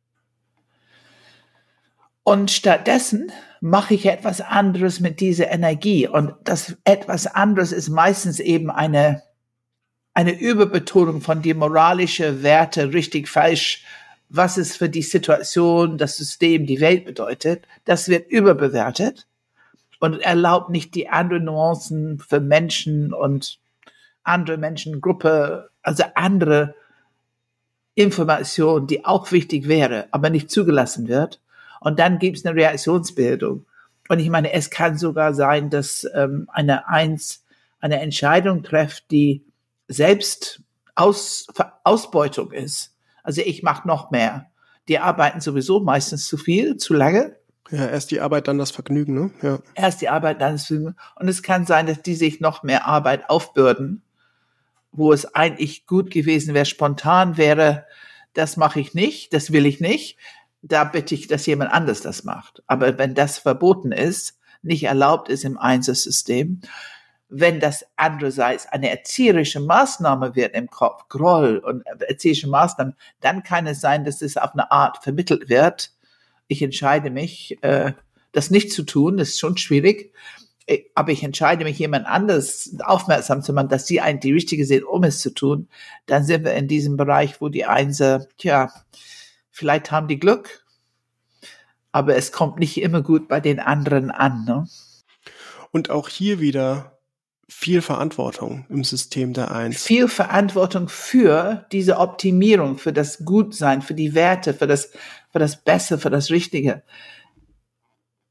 Und stattdessen mache ich etwas anderes mit dieser Energie. Und das etwas anderes ist meistens eben eine Überbetonung von die moralische Werte, richtig, falsch, was es für die Situation, das System, die Welt bedeutet. Das wird überbewertet und erlaubt nicht die anderen Nuancen für Menschen und andere Menschengruppe, also andere Informationen, die auch wichtig wäre, aber nicht zugelassen wird. Und dann gibt es eine Reaktionsbildung. Und ich meine, es kann sogar sein, dass eine Entscheidung trifft, die selbst Ausbeutung ist. Also ich mache noch mehr. Die arbeiten sowieso meistens zu viel, zu lange. Ja, erst die Arbeit, dann das Vergnügen, ne? Ja. Erst die Arbeit, dann das Vergnügen. Und es kann sein, dass die sich noch mehr Arbeit aufbürden, wo es eigentlich gut gewesen wäre, spontan wäre, das mache ich nicht, das will ich nicht. Da bitte ich, dass jemand anders das macht. Aber wenn das verboten ist, nicht erlaubt ist im Einzelsystem, wenn das andererseits eine erzieherische Maßnahme wird im Kopf, Groll und erzieherische Maßnahmen, dann kann es sein, dass es auf eine Art vermittelt wird. Ich entscheide mich, das nicht zu tun, das ist schon schwierig, aber ich entscheide mich, jemand anders aufmerksam zu machen, dass sie eigentlich die Richtige sind, um es zu tun. Dann sind wir in diesem Bereich, wo die Einser, vielleicht haben die Glück, aber es kommt nicht immer gut bei den anderen an. Ne? Und auch hier wieder viel Verantwortung im System der Eins. Viel Verantwortung für diese Optimierung, für das Gutsein, für die Werte, für das Beste, für das Richtige.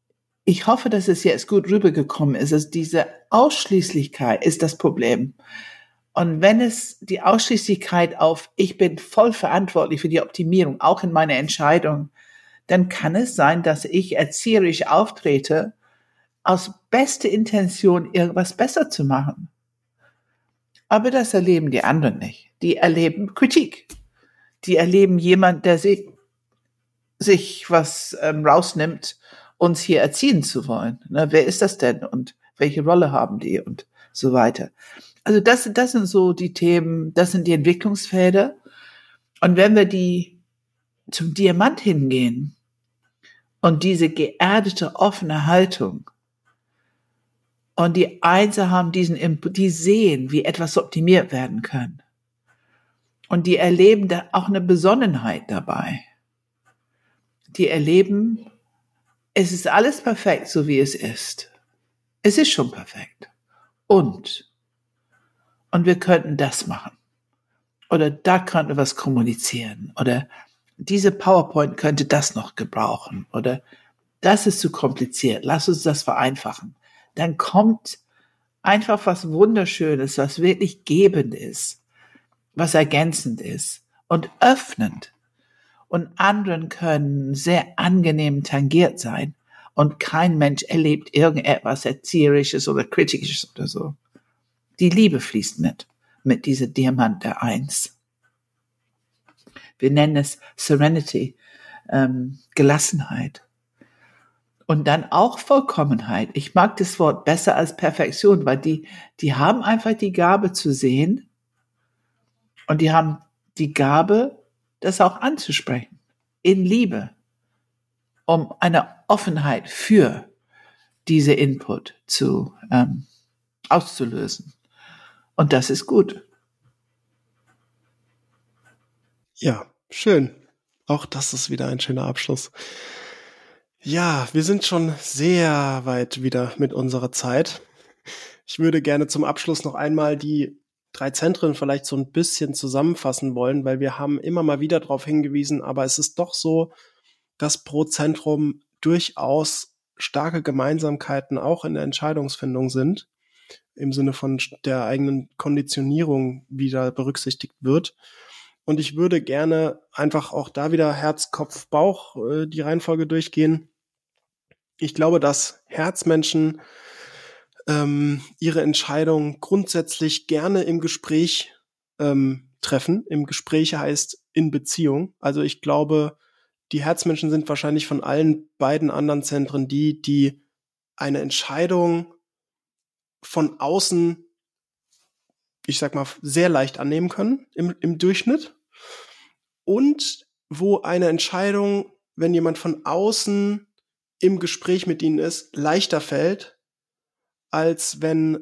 ich hoffe, dass es jetzt gut rübergekommen ist. Also diese Ausschließlichkeit ist das Problem. Und wenn es die Ausschließlichkeit auf, ich bin voll verantwortlich für die Optimierung, auch in meiner Entscheidung, dann kann es sein, dass ich erzieherisch auftrete, aus bester Intention irgendwas besser zu machen. Aber das erleben die anderen nicht. Die erleben Kritik. Die erleben jemand, der sich was rausnimmt, uns hier erziehen zu wollen. Ne, wer ist das denn und welche Rolle haben die und so weiter. Also das sind so die Themen, das sind die Entwicklungsfelder. Und wenn wir die zum Diamant hingehen und diese geerdete, offene Haltung und die Einser haben diesen Input, die sehen, wie etwas optimiert werden kann. Und die erleben da auch eine Besonnenheit dabei. Die erleben, es ist alles perfekt, so wie es ist. Es ist schon perfekt. Und wir könnten das machen. Oder da könnten wir was kommunizieren. Oder diese PowerPoint könnte das noch gebrauchen. Oder das ist zu kompliziert. Lass uns das vereinfachen. Dann kommt einfach was Wunderschönes, was wirklich gebend ist, was ergänzend ist und öffnend. Und anderen können sehr angenehm tangiert sein. Und kein Mensch erlebt irgendetwas Erzieherisches oder Kritisches oder so. Die Liebe fließt mit dieser Diamant der Eins. Wir nennen es Serenity, Gelassenheit. Und dann auch Vollkommenheit. Ich mag das Wort besser als Perfektion, weil die haben einfach die Gabe zu sehen und die haben die Gabe, das auch anzusprechen. In Liebe. Um eine Offenheit für diese Input auszulösen. Und das ist gut. Ja, schön. Auch das ist wieder ein schöner Abschluss. Ja, wir sind schon sehr weit wieder mit unserer Zeit. Ich würde gerne zum Abschluss noch einmal die 3 Zentren vielleicht so ein bisschen zusammenfassen wollen, weil wir haben immer mal wieder darauf hingewiesen, aber es ist doch so, dass pro Zentrum durchaus starke Gemeinsamkeiten auch in der Entscheidungsfindung sind, im Sinne von der eigenen Konditionierung wieder berücksichtigt wird. Und ich würde gerne einfach auch da wieder Herz, Kopf, Bauch die Reihenfolge durchgehen. Ich glaube, dass Herzmenschen ihre Entscheidung grundsätzlich gerne im Gespräch treffen. Im Gespräch heißt in Beziehung. Also ich glaube, die Herzmenschen sind wahrscheinlich von allen beiden anderen Zentren die eine Entscheidung von außen, ich sag mal, sehr leicht annehmen können im Durchschnitt. Und wo eine Entscheidung, wenn jemand von außen im Gespräch mit ihnen ist, leichter fällt, als wenn,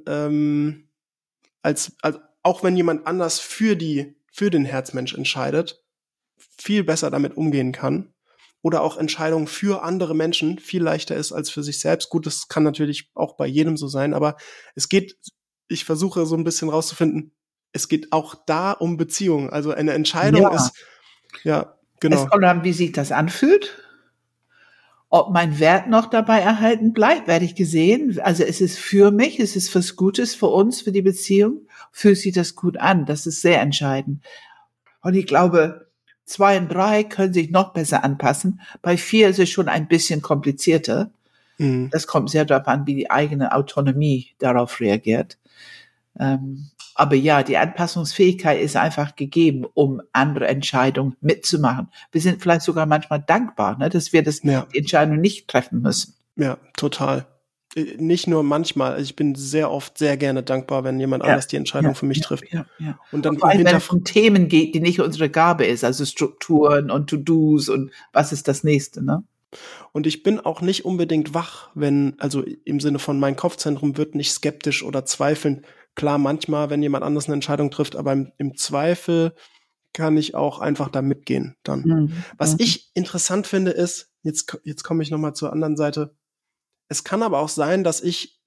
auch wenn jemand anders für den Herzmensch entscheidet, viel besser damit umgehen kann. Oder auch Entscheidungen für andere Menschen viel leichter ist als für sich selbst. Gut, das kann natürlich auch bei jedem so sein, aber ich versuche so ein bisschen rauszufinden, es geht auch da um Beziehungen. Also eine Entscheidung ist, ja, genau. Es kommt an, wie sich das anfühlt. Ob mein Wert noch dabei erhalten bleibt, werde ich gesehen. Also es ist für mich, es ist was Gutes für uns, für die Beziehung. Fühlt sich das gut an? Das ist sehr entscheidend. Und ich glaube, 2 und 3 können sich noch besser anpassen. Bei 4 ist es schon ein bisschen komplizierter. Mhm. Das kommt sehr darauf an, wie die eigene Autonomie darauf reagiert. Aber ja, die Anpassungsfähigkeit ist einfach gegeben, um andere Entscheidungen mitzumachen. Wir sind vielleicht sogar manchmal dankbar, ne, dass wir die Entscheidung nicht treffen müssen. Ja, total. Nicht nur manchmal. Also ich bin sehr oft sehr gerne dankbar, wenn jemand anders die Entscheidung für mich trifft. Ja. Und dann vor allem, wenn es um Themen geht, die nicht unsere Gabe ist, also Strukturen und To-Dos und was ist das Nächste, ne? Und ich bin auch nicht unbedingt wach, also im Sinne von mein Kopfzentrum wird nicht skeptisch oder zweifeln. Klar, manchmal, wenn jemand anders eine Entscheidung trifft, aber im Zweifel kann ich auch einfach da mitgehen dann. Was ich interessant finde ist, jetzt komme ich nochmal zur anderen Seite. Es kann aber auch sein, dass ich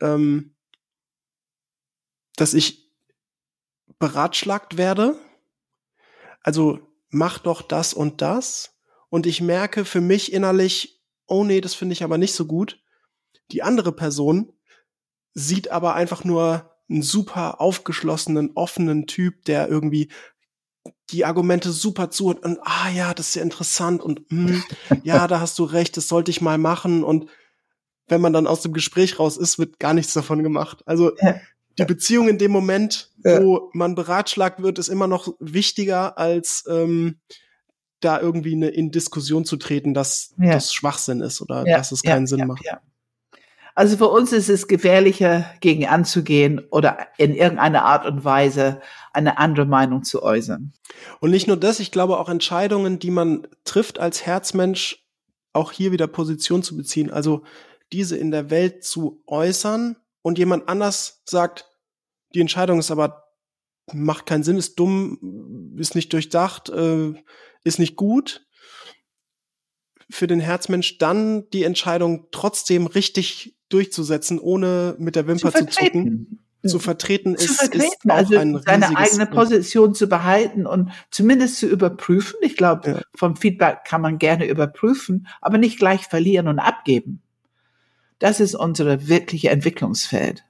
beratschlagt werde. Also mach doch das und das. Und ich merke für mich innerlich, oh nee, das finde ich aber nicht so gut. Die andere Person sieht aber einfach nur einen super aufgeschlossenen, offenen Typ, der irgendwie die Argumente super zuhört und ja, das ist ja interessant und ja, da hast du recht, das sollte ich mal machen. Und wenn man dann aus dem Gespräch raus ist, wird gar nichts davon gemacht. Also die Beziehung in dem Moment, wo man beratschlagt wird, ist immer noch wichtiger, als da irgendwie in Diskussion zu treten, dass das Schwachsinn ist oder dass es keinen Sinn macht. Ja. Also für uns ist es gefährlicher, gegen anzugehen oder in irgendeiner Art und Weise eine andere Meinung zu äußern. Und nicht nur das, ich glaube auch Entscheidungen, die man trifft als Herzmensch, auch hier wieder Position zu beziehen, also diese in der Welt zu äußern und jemand anders sagt, die Entscheidung ist aber, macht keinen Sinn, ist dumm, ist nicht durchdacht, ist nicht gut. Für den Herzmensch dann die Entscheidung trotzdem richtig durchzusetzen, ohne mit der Wimper zu zucken. Zu vertreten ist auch also ein seine eigene Position zu behalten und zumindest zu überprüfen. Ich glaube, vom Feedback kann man gerne überprüfen, aber nicht gleich verlieren und abgeben. Das ist unsere wirkliche Entwicklungsfeld.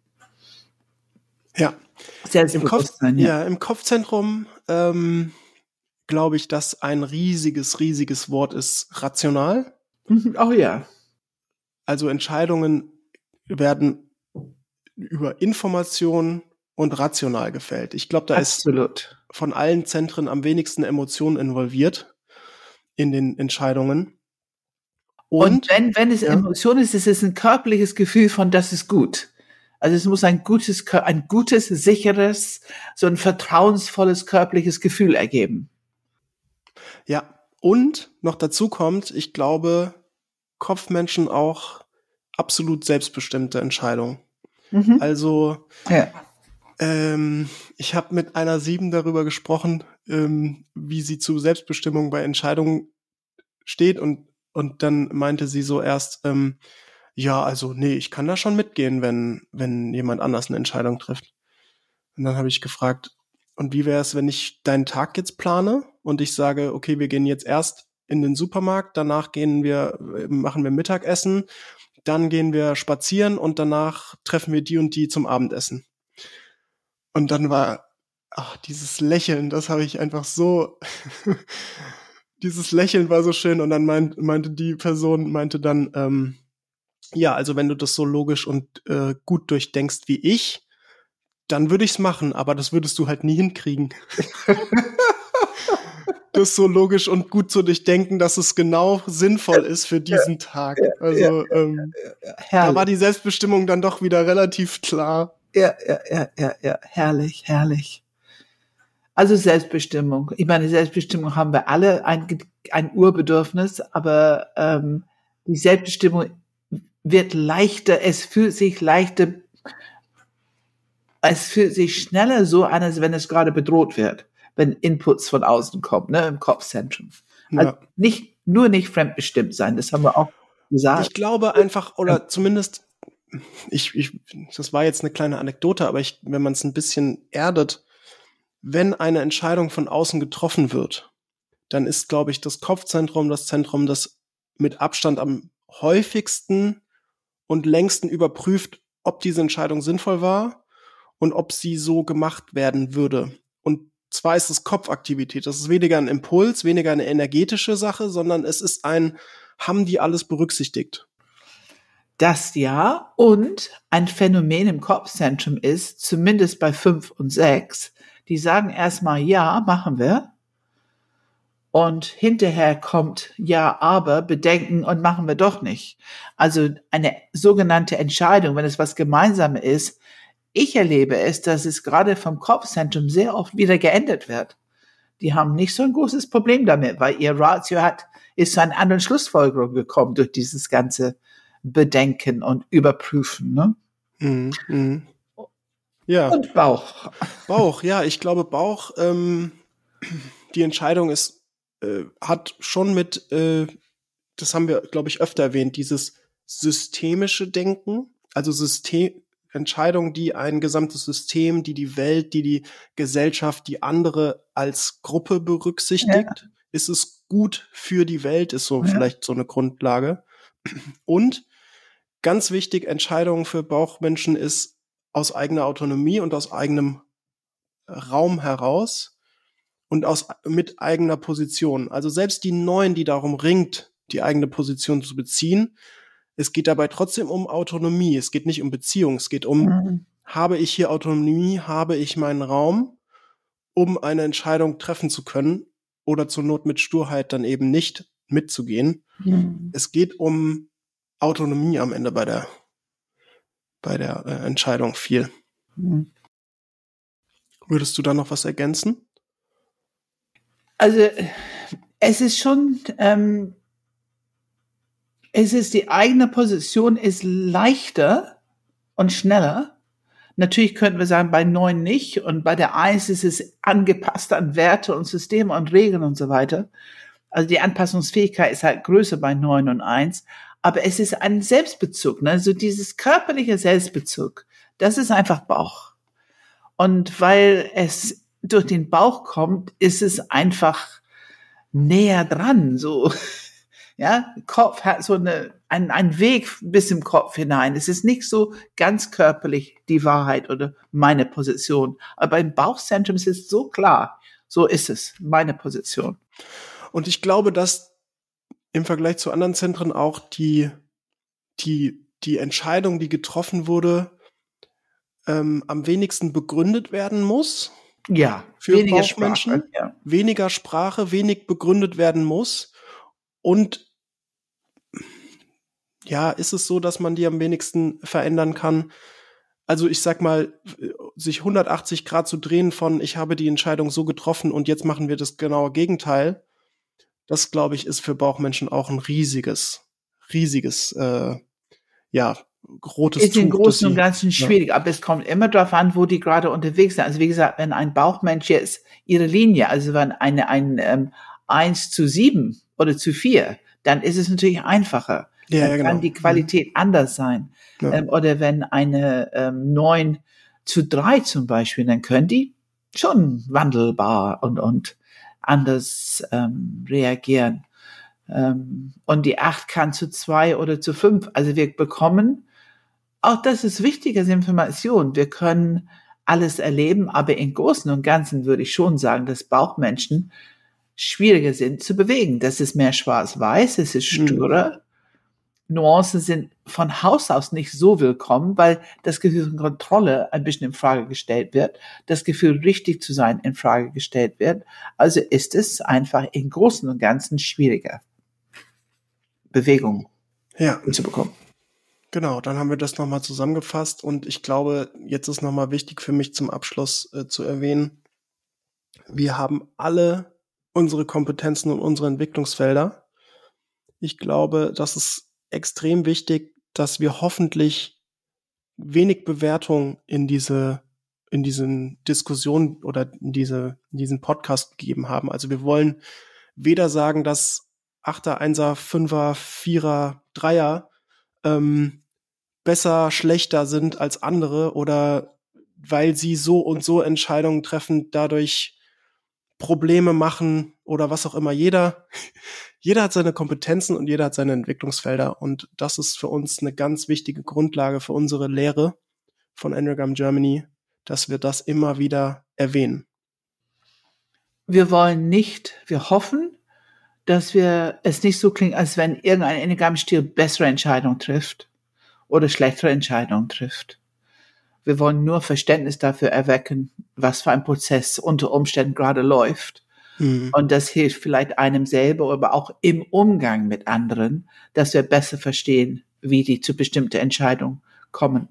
Ja. Selbstbewusstsein, im Kopfzentrum glaube ich, dass ein riesiges Wort ist rational. Oh ja. Also Entscheidungen werden über Information und rational gefällt. Ich glaube, da ist von allen Zentren am wenigsten Emotionen involviert in den Entscheidungen. Und wenn es Emotion ist, ist es ein körperliches Gefühl von, das ist gut. Also es muss ein gutes, sicheres, so ein vertrauensvolles körperliches Gefühl ergeben. Ja, und noch dazu kommt, ich glaube, Kopfmenschen auch absolut selbstbestimmte Entscheidungen. Also ich habe mit einer 7 darüber gesprochen, wie sie zu Selbstbestimmung bei Entscheidungen steht und dann meinte sie so erst, ja, also nee, ich kann da schon mitgehen, wenn jemand anders eine Entscheidung trifft. Und dann habe ich gefragt, und wie wäre es, wenn ich deinen Tag jetzt plane und ich sage, okay, wir gehen jetzt erst in den Supermarkt, danach machen wir Mittagessen, dann gehen wir spazieren und danach treffen wir die und die zum Abendessen. Und dann war dieses Lächeln, das habe ich einfach so dieses Lächeln war so schön und dann meinte die Person dann, ja, also wenn du das so logisch und gut durchdenkst wie ich, dann würde ich's machen, aber das würdest du halt nie hinkriegen. Das so logisch und gut zu durchdenken, dass es genau sinnvoll ist für diesen Tag. Also da war die Selbstbestimmung dann doch wieder relativ klar. Ja, herrlich. Also Selbstbestimmung. Ich meine, Selbstbestimmung haben wir alle ein Urbedürfnis, aber die Selbstbestimmung wird leichter, es fühlt sich schneller so an, als wenn es gerade bedroht wird, wenn Inputs von außen kommen, ne, im Kopfzentrum. Also nicht fremdbestimmt sein, das haben wir auch gesagt. Ich glaube einfach, oder zumindest, das war jetzt eine kleine Anekdote, aber wenn man es ein bisschen erdet, wenn eine Entscheidung von außen getroffen wird, dann ist, glaube ich, das Kopfzentrum das Zentrum, das mit Abstand am häufigsten und längsten überprüft, ob diese Entscheidung sinnvoll war und ob sie so gemacht werden würde. Und zwar ist es Kopfaktivität. Das ist weniger ein Impuls, weniger eine energetische Sache, sondern es ist haben die alles berücksichtigt? Das ja. Und ein Phänomen im Kopfzentrum ist, zumindest bei 5 und 6, die sagen erstmal, ja, machen wir. Und hinterher kommt, ja, aber bedenken und machen wir doch nicht. Also eine sogenannte Entscheidung, wenn es was Gemeinsames ist. Ich erlebe es, dass es gerade vom Kopfzentrum sehr oft wieder geändert wird. Die haben nicht so ein großes Problem damit, weil ihr Ratio ist zu einer anderen Schlussfolgerung gekommen durch dieses ganze Bedenken und Überprüfen, ne? Ja. Und Bauch. Bauch, ja, ich glaube Bauch, die Entscheidung hat schon mit, das haben wir, glaube ich, öfter erwähnt, dieses systemische Denken, also Entscheidungen, die ein gesamtes System, die Welt, die Gesellschaft, die andere als Gruppe berücksichtigt. Ja. Ist es gut für die Welt, ist so vielleicht so eine Grundlage. Und ganz wichtig, Entscheidungen für Bauchmenschen ist aus eigener Autonomie und aus eigenem Raum heraus und mit eigener Position. Also selbst die Neuen, die darum ringt, die eigene Position zu beziehen, es geht dabei trotzdem um Autonomie. Es geht nicht um Beziehung. Es geht um, habe ich hier Autonomie, habe ich meinen Raum, um eine Entscheidung treffen zu können oder zur Not mit Sturheit dann eben nicht mitzugehen. Es geht um Autonomie am Ende bei der Entscheidung viel. Würdest du da noch was ergänzen? Also es ist schon, die eigene Position ist leichter und schneller. Natürlich könnten wir sagen, bei 9 nicht und bei der 1 ist es angepasst an Werte und Systeme und Regeln und so weiter. Also die Anpassungsfähigkeit ist halt größer bei 9 und 1, aber es ist ein Selbstbezug, ne? So dieses körperliche Selbstbezug, das ist einfach Bauch. Und weil es durch den Bauch kommt, ist es einfach näher dran, so. Ja, Kopf hat so ein Weg bis im Kopf hinein. Es ist nicht so ganz körperlich die Wahrheit oder meine Position. Aber beim Bauchzentrum ist es so klar. So ist es, meine Position. Und ich glaube, dass im Vergleich zu anderen Zentren auch die Entscheidung, die getroffen wurde, am wenigsten begründet werden muss. Ja, für weniger Bauchmenschen. Sprache, ja. Weniger Sprache, wenig begründet werden muss. Und ja, ist es so, dass man die am wenigsten verändern kann? Also ich sag mal, sich 180 Grad zu drehen von, ich habe die Entscheidung so getroffen und jetzt machen wir das genaue Gegenteil, das, glaube ich, ist für Bauchmenschen auch ein riesiges, rotes Ist im Tuch. Großen und Ganzen schwierig, aber es kommt immer darauf an, wo die gerade unterwegs sind. Also wie gesagt, wenn ein Bauchmensch jetzt ihre Linie, also wenn ein 1:7 oder zu 4, dann ist es natürlich einfacher. Ja, Dann kann die Qualität anders sein. Ja. Oder wenn eine 9:3 zum Beispiel, dann können die schon wandelbar und anders reagieren. Und die 8 kann zu 2 oder zu 5. Also wir bekommen, auch das ist wichtig als Information, wir können alles erleben, aber im Großen und Ganzen würde ich schon sagen, dass Bauchmenschen schwieriger sind zu bewegen. Das ist mehr schwarz-weiß, es ist störer. Nuancen sind von Haus aus nicht so willkommen, weil das Gefühl von Kontrolle ein bisschen in Frage gestellt wird, das Gefühl, richtig zu sein, in Frage gestellt wird. Also ist es einfach im Großen und Ganzen schwieriger, Bewegung zu bekommen. Genau, dann haben wir das nochmal zusammengefasst und ich glaube, jetzt ist nochmal wichtig für mich zum Abschluss zu erwähnen, wir haben alle unsere Kompetenzen und unsere Entwicklungsfelder. Ich glaube, das ist extrem wichtig, dass wir hoffentlich wenig Bewertung in diesen Diskussionen oder in diesen Podcast gegeben haben. Also wir wollen weder sagen, dass 8er, 1er, 5er, 4er, 3er besser, schlechter sind als andere oder weil sie so und so Entscheidungen treffen, dadurch Probleme machen oder was auch immer. Jeder hat seine Kompetenzen und jeder hat seine Entwicklungsfelder und das ist für uns eine ganz wichtige Grundlage für unsere Lehre von Enneagram Germany, dass wir das immer wieder erwähnen. Wir hoffen, dass wir es nicht so klingt, als wenn irgendein Enneagramm-Stil bessere Entscheidungen trifft oder schlechtere Entscheidungen trifft. Wir wollen nur Verständnis dafür erwecken, was für ein Prozess unter Umständen gerade läuft. Und das hilft vielleicht einem selber, aber auch im Umgang mit anderen, dass wir besser verstehen, wie die zu bestimmten Entscheidungen kommen.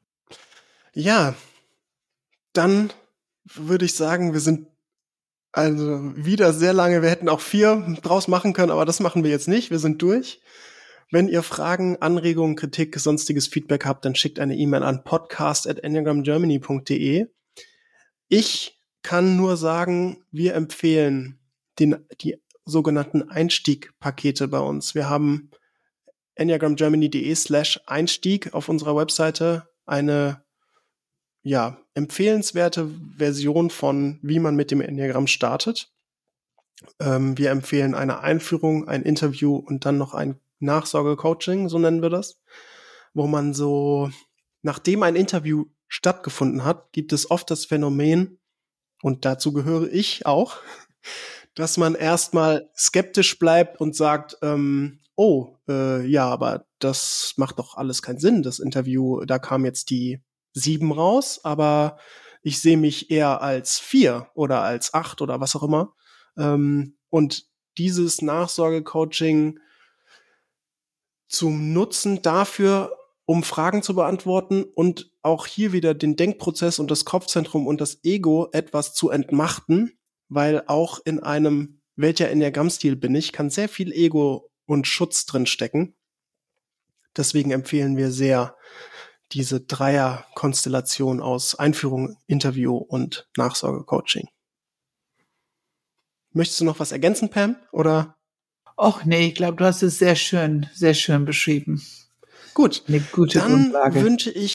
Ja, dann würde ich sagen, wir sind also wieder sehr lange. Wir hätten auch 4 draus machen können, aber das machen wir jetzt nicht. Wir sind durch. Wenn ihr Fragen, Anregungen, Kritik, sonstiges Feedback habt, dann schickt eine E-Mail an podcast@enneagramgermany.de. Ich kann nur sagen, wir empfehlen die sogenannten Einstieg-Pakete bei uns. Wir haben enneagramgermany.de/Einstieg auf unserer Webseite eine empfehlenswerte Version von, wie man mit dem Enneagramm startet. Wir empfehlen eine Einführung, ein Interview und dann noch ein Nachsorge-Coaching, so nennen wir das. wo man so, nachdem ein Interview stattgefunden hat, gibt es oft das Phänomen, und dazu gehöre ich auch, dass man erstmal skeptisch bleibt und sagt, ja, aber das macht doch alles keinen Sinn, das Interview, da kam jetzt die 7 raus, aber ich sehe mich eher als 4 oder als 8 oder was auch immer. Und dieses Nachsorgecoaching zum Nutzen dafür, um Fragen zu beantworten und auch hier wieder den Denkprozess und das Kopfzentrum und das Ego etwas zu entmachten, weil auch in einem welcher Enneagramm-Stil bin ich, kann sehr viel Ego und Schutz drin stecken. Deswegen empfehlen wir sehr diese Dreier-Konstellation aus Einführung, Interview und Nachsorgecoaching. Möchtest du noch was ergänzen, Pam? Oder? Och nee, ich glaube, du hast es sehr schön beschrieben. Gut, Eine gute dann Grundlage. wünsche ich